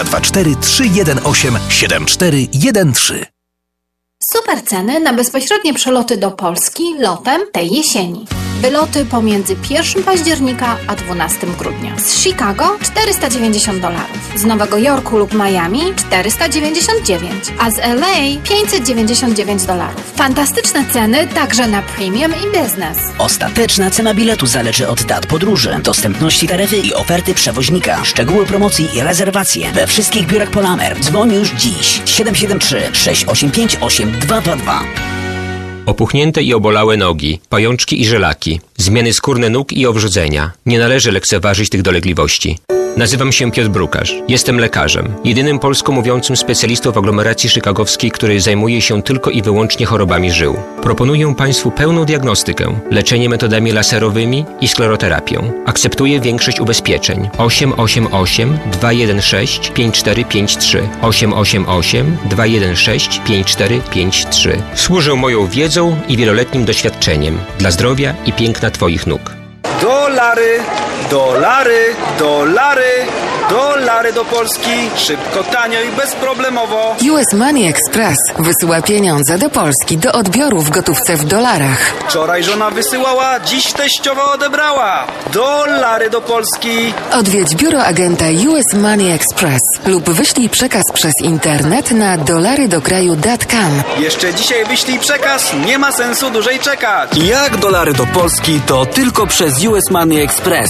224-318-7413. Super ceny na bezpośrednie przeloty do Polski lotem tej jesieni. Wyloty pomiędzy 1 października a 12 grudnia. Z Chicago $490, z Nowego Jorku lub Miami $499, a z LA $599. Fantastyczne ceny także na premium i business. Ostateczna cena biletu zależy od dat podróży, dostępności taryfy i oferty przewoźnika. Szczegóły promocji i rezerwacje we wszystkich biurach Polamer. Dzwoń już dziś 773-685-8222. Opuchnięte i obolałe nogi, pajączki i żelaki, zmiany skórne nóg i owrzodzenia. Nie należy lekceważyć tych dolegliwości. Nazywam się Piotr Brukarz. Jestem lekarzem. Jedynym polsko mówiącym specjalistą w aglomeracji chicagowskiej, który zajmuje się tylko i wyłącznie chorobami żył. Proponuję Państwu pełną diagnostykę, leczenie metodami laserowymi i skleroterapią. Akceptuję większość ubezpieczeń. 888-216-5453. 888-216-5453. Służę moją wiedzą i wieloletnim doświadczeniem dla zdrowia i piękna Twoich nóg. Dolary, dolary, dolary, dolary do Polski. Szybko, tanio i bezproblemowo. US Money Express wysyła pieniądze do Polski do odbioru w gotówce w dolarach. Wczoraj żona wysyłała, dziś teściowa odebrała. Dolary do Polski. Odwiedź biuro agenta US Money Express lub wyślij przekaz przez internet na dolarydokraju.com. Jeszcze dzisiaj wyślij przekaz, nie ma sensu dłużej czekać. Jak dolary do Polski, to tylko przez US Money Express.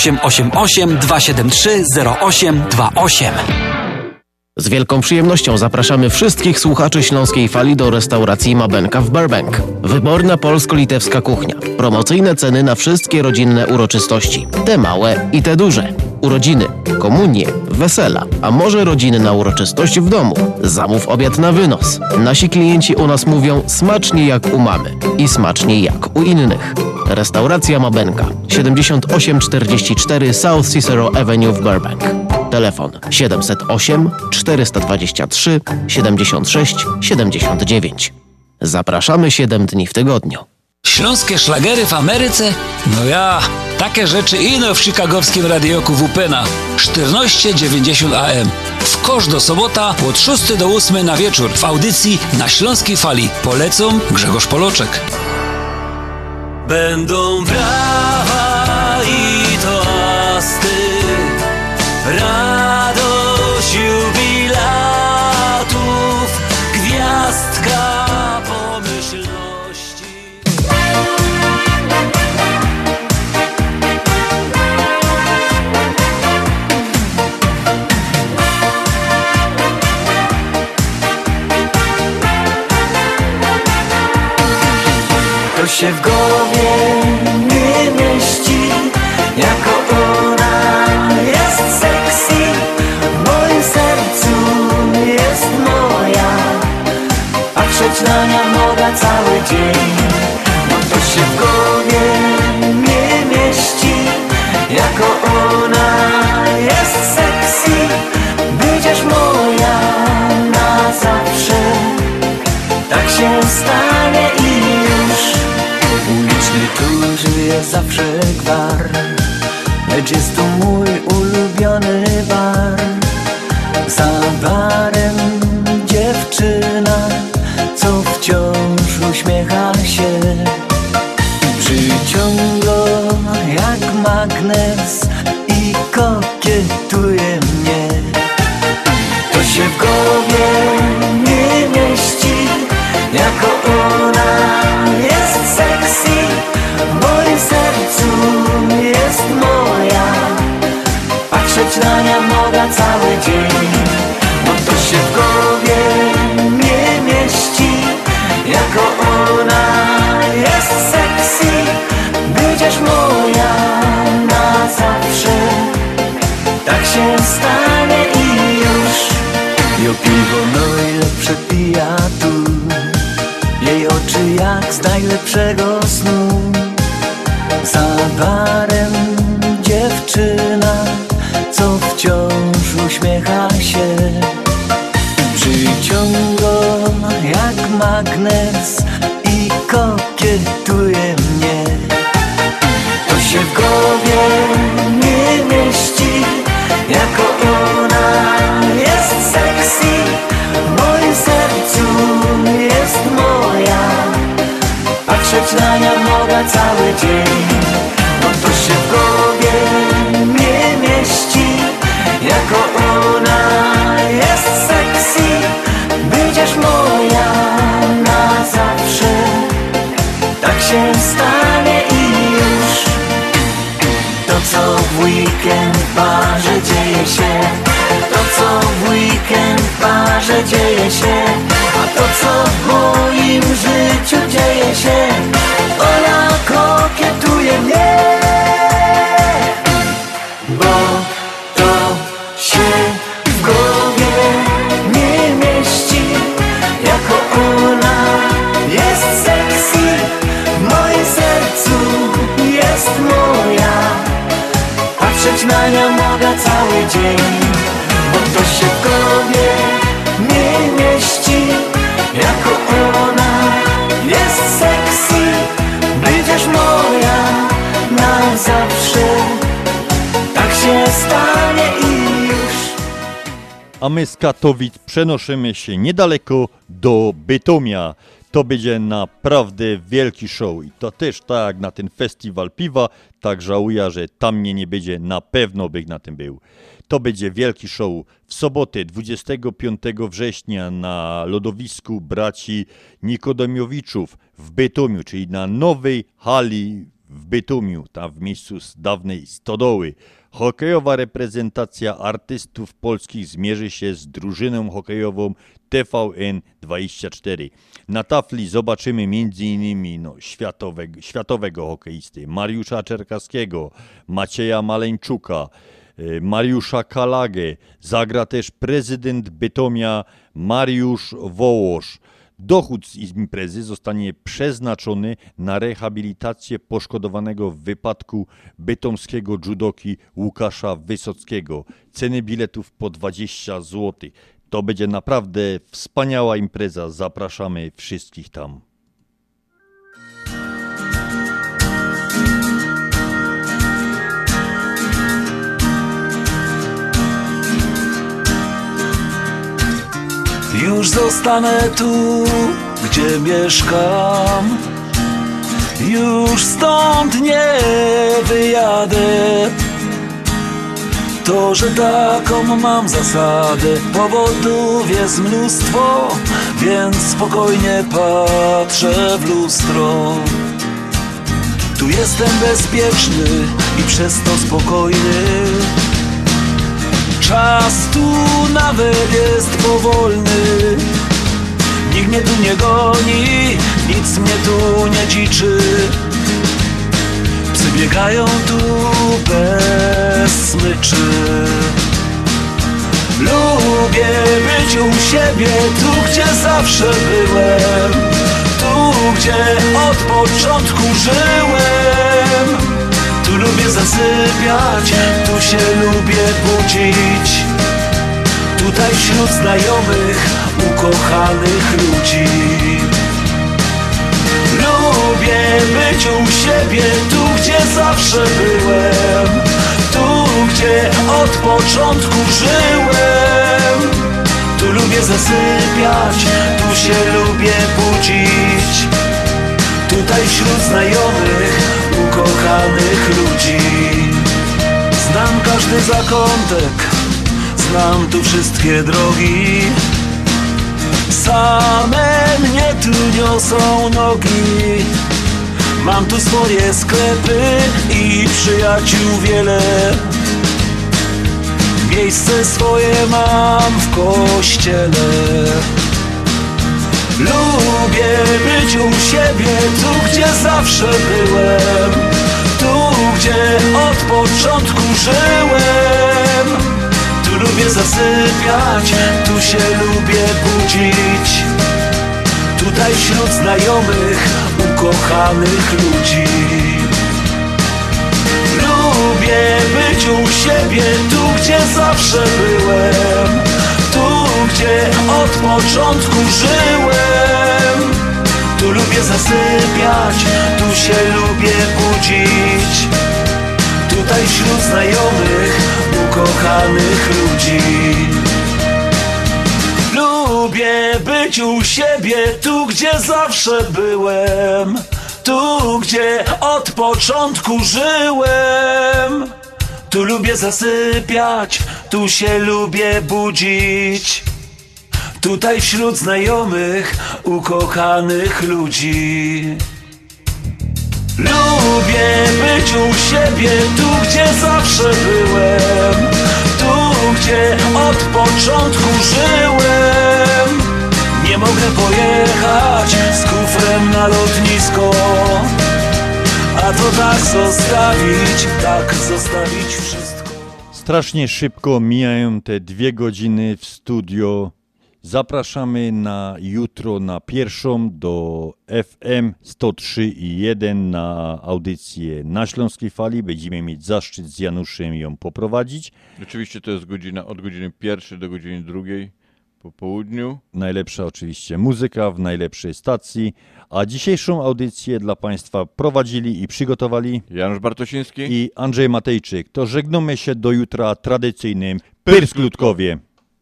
888-273-0828. Z wielką przyjemnością zapraszamy wszystkich słuchaczy Śląskiej Fali do restauracji Mabenka w Burbank. Wyborna polsko-litewska kuchnia. Promocyjne ceny na wszystkie rodzinne uroczystości. Te małe i te duże. Urodziny, komunie, wesela, a może rodziny na uroczystość w domu. Zamów obiad na wynos. Nasi klienci u nas mówią smacznie jak u mamy i smacznie jak u innych. Restauracja Mabenka, 7844 South Cicero Avenue w Burbank. Telefon 708 423 76 79. Zapraszamy 7 dni w tygodniu. Śląskie szlagery w Ameryce? No ja, takie rzeczy ino w chicagowskim radioku WPNA 1490 AM. W każdą sobota od 6 do 8 na wieczór w audycji na Śląskiej Fali. Polecą Grzegorz Poloczek. Będą brawa i toasty, radość jubilatów, gwiazdka pomyślności. To się w głowie nie mieści, jako ona jest sexy. W moim sercu jest moja, patrzeć na nią mogę cały dzień. No to się w głowie nie mieści, jako ona jest sexy. Będziesz moja na zawsze, tak się stanie i już. Uliczny turzy jest zawsze gwar, lecz jest to mój ulubiony bar. Za barem dziewczyna, co wciąż uśmiecha się, przyciąga jak magnes i kokietuje mnie. To się w głowie nie mieści, jako ona jest sexy. W moim sercu jest moja, patrzeć na nią mogę cały dzień. No to się w głowie nie mieści, jako ona jest sexy. Będziesz moja na zawsze, tak się stanie i już. Jo piwo najlepsze pija tu, jej oczy jak z najlepszego snu. Za barem dziewczyna, co wciąż uśmiecha się. Przyciąga jak magnes i kokietuje mnie. To się w głowie nie mieści, jako ona jest sexy. W moim sercu jest moja, patrzeć na nią mogę cały dzień. Bo to się w głowie nie mieści, jako ona jest sexy. Będziesz moja na zawsze, tak się stanie i już. To co w weekend w barze dzieje się, to co w weekend w barze dzieje się, a to co w moim życiu dzieje się, ona kokietuje mnie. Bo to się w głowie nie mieści, jako ona jest sexy. W moim sercu jest moja, patrzeć na nią mogę cały dzień. Bo to się w głowie nie mieści, jako ona jest sexy. Będziesz moja na zawsze, tak się stanie i już. A my z Katowic przenosimy się niedaleko do Bytomia. To będzie naprawdę wielki show i to też tak jak na ten festiwal piwa, tak żałuję, że tam mnie nie będzie, na pewno bych na tym był. To będzie wielki show w sobotę 25 września na lodowisku braci Nikodemiowiczów w Bytomiu, czyli na nowej hali w Bytomiu, tam w miejscu z dawnej stodoły. Hokejowa reprezentacja artystów polskich zmierzy się z drużyną hokejową TVN24. Na tafli zobaczymy m.in. światowego hokeisty Mariusza Czerkaskiego, Macieja Maleńczuka, Mariusza Kalagę. Zagra też prezydent Bytomia Mariusz Wołosz. Dochód z imprezy zostanie przeznaczony na rehabilitację poszkodowanego w wypadku bytomskiego judoki Łukasza Wysockiego. Ceny biletów po 20 zł. To będzie naprawdę wspaniała impreza. Zapraszamy wszystkich tam. Już zostanę tu, gdzie mieszkam. Już stąd nie wyjadę. To, że taką mam zasadę, powodów jest mnóstwo, więc spokojnie patrzę w lustro. Tu jestem bezpieczny i przez to spokojny. Czas tu nawet jest powolny. Nikt mnie tu nie goni, nic mnie tu nie dziczy. Psy biegają tu bez smyczy. Lubię być u siebie, tu gdzie zawsze byłem, tu gdzie od początku żyłem. Tu lubię zasypiać, tu się lubię budzić. Tutaj wśród znajomych, ukochanych ludzi. Lubię być u siebie, tu gdzie zawsze byłem, tu gdzie od początku żyłem. Tu lubię zasypiać, tu się lubię budzić. Tutaj wśród znajomych, ukochanych ludzi. Znam każdy zakątek, znam tu wszystkie drogi. Same mnie tu niosą nogi. Mam tu swoje sklepy i przyjaciół wiele. Miejsce swoje mam w kościele. Lubię być u siebie, tu gdzie zawsze byłem, tu gdzie od początku żyłem. Tu lubię zasypiać, tu się lubię budzić. Tutaj wśród znajomych, ukochanych ludzi. Lubię być u siebie, tu gdzie zawsze byłem, tu gdzie od początku żyłem. Tu lubię zasypiać, tu się lubię budzić. Tutaj wśród znajomych, ukochanych ludzi. Lubię być u siebie, tu gdzie zawsze byłem, tu gdzie od początku żyłem. Tu lubię zasypiać, tu się lubię budzić. Tutaj wśród znajomych, ukochanych ludzi. Lubię być u siebie, tu gdzie zawsze byłem, tu gdzie od początku żyłem. Nie mogę pojechać z kufrem na lotnisko, a to tak zostawić wszystko. Strasznie szybko mijają te 2 godziny w studio. Zapraszamy na jutro na pierwszą do FM 103,1 na audycję na Śląskiej Fali. Będziemy mieć zaszczyt z Januszem ją poprowadzić. Oczywiście to jest godzina od godziny 1 do godziny 2 po południu. Najlepsza oczywiście muzyka w najlepszej stacji. A dzisiejszą audycję dla Państwa prowadzili i przygotowali Janusz Bartosiński i Andrzej Matejczyk. To żegnamy się do jutra tradycyjnym Pyrsk-Ludkowie.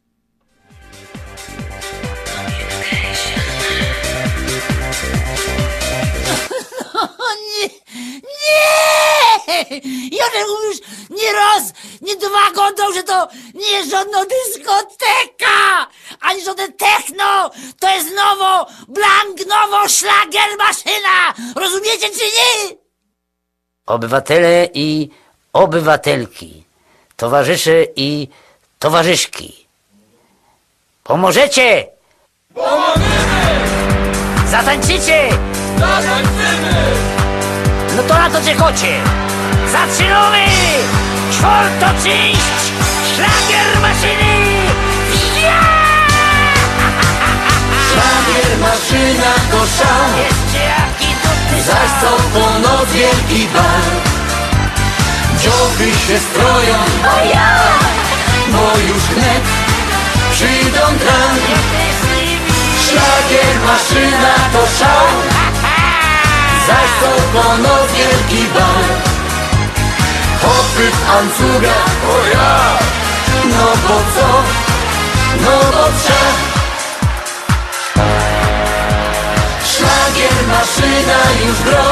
Jonek już nie raz, nie dwa godą, że to nie jest żadna dyskoteka, ani żadne techno, to jest nowo, blank, nowo, szlagier, maszyna, rozumiecie czy nie? Obywatele i obywatelki, towarzysze i towarzyszki, pomożecie? Pomożemy! Zatańczycie? Zatańczymy! No to na to czekacie! Zaczynamy! 4. część Szlagier maszyny! Szlagier maszyna to szał, zaś co po noc wielki bal. Dziochy się stroją, bo już wnet przyjdą tam. Szlagier maszyna to szał, zaś co po noc wielki bal. Hopy w Ancuga, o ja! No bo co? No bo trzeba. Szlagier maszyna już gro,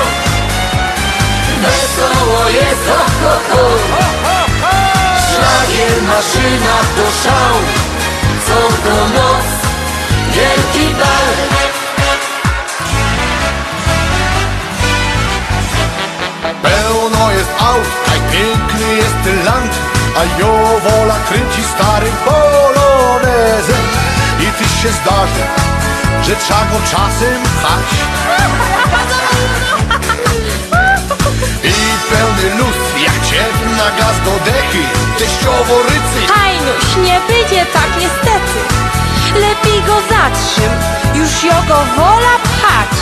wesoło jest, ho, ho, ho. Szlagier maszyna to szał, co to noc, wielki bal. Pełno jest aut, aj piękny jest ten land, a Jowola kręci starym polonezem. I tyś się zdarzy, że trzeba go czasem pchać. I pełny luz, jak ciepna gaz do dechy, teściowo rycy. Hajnuś, nie wyjdzie tak niestety, lepiej go zatrzym, już jego wola pchać.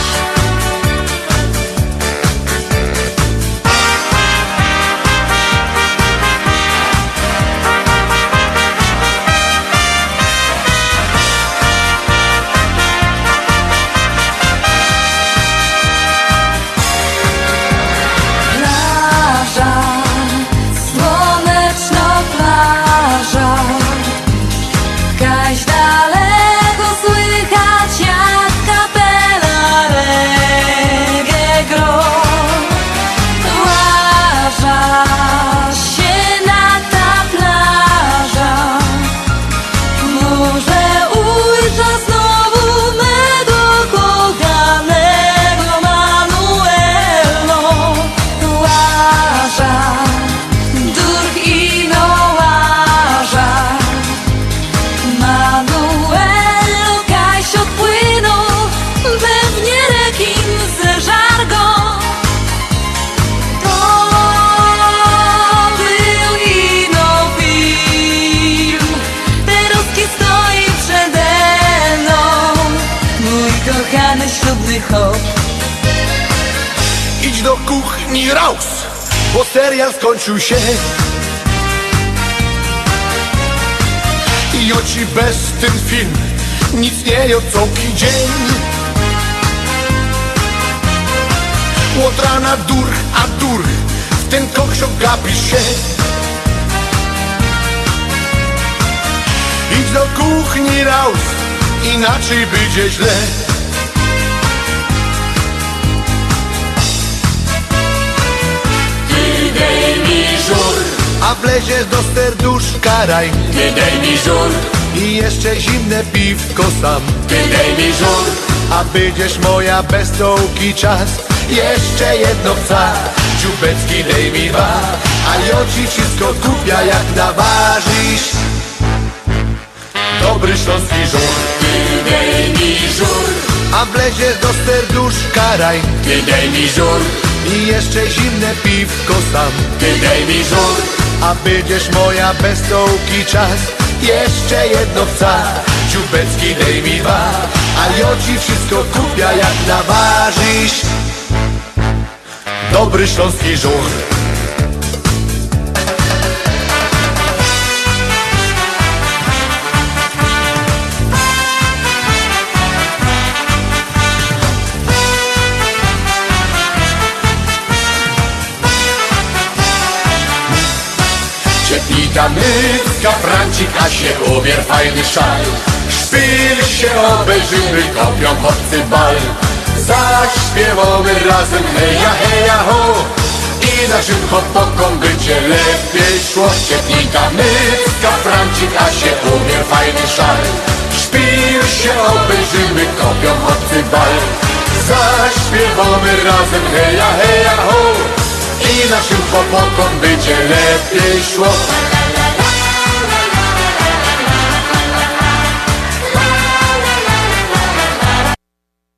Idź do kuchni, raus! bo serial skończył się i oci bez ten film nic nie ją całki dzień. Od rana dur, a dur w ten koksiok gapisz się. Idź do kuchni raus, inaczej będzie źle. Ty dej mi żur, a wleziesz do serduszka raj. ty dej mi żur, I jeszcze zimne piwko sam. ty dej mi żur, a będziesz moja bez tołki czas. Jeszcze jedno psa, dziubecki dej mi dwa, a ja ci wszystko kupia jak naważysz. Dobry śląski żur, ty dej mi żur, a wleziesz do serduszka raj. ty dej mi żur, I jeszcze zimne piwko sam. ty dej mi żur, a będziesz moja bez tołki czas. Jeszcze jedno psa, dziubecki dej mi dwa, a ja ci wszystko kupia jak naważysz. Dobry śląski żur. Ciepnika mycka, Francik, a się ubier fajny szal. Szpil się obejrzymy, kopią chłopcy bal. Zaśpiewamy razem heja, heja, ho. I naszym chłopakom będzie lepiej szło. Ciepnika mycka, Francik, a się ubier fajny szal. Szpil się obejrzymy, kopią chłopcy bal. Zaśpiewamy razem heja, heja, ho. I naszym chłopakom będzie lepiej szło.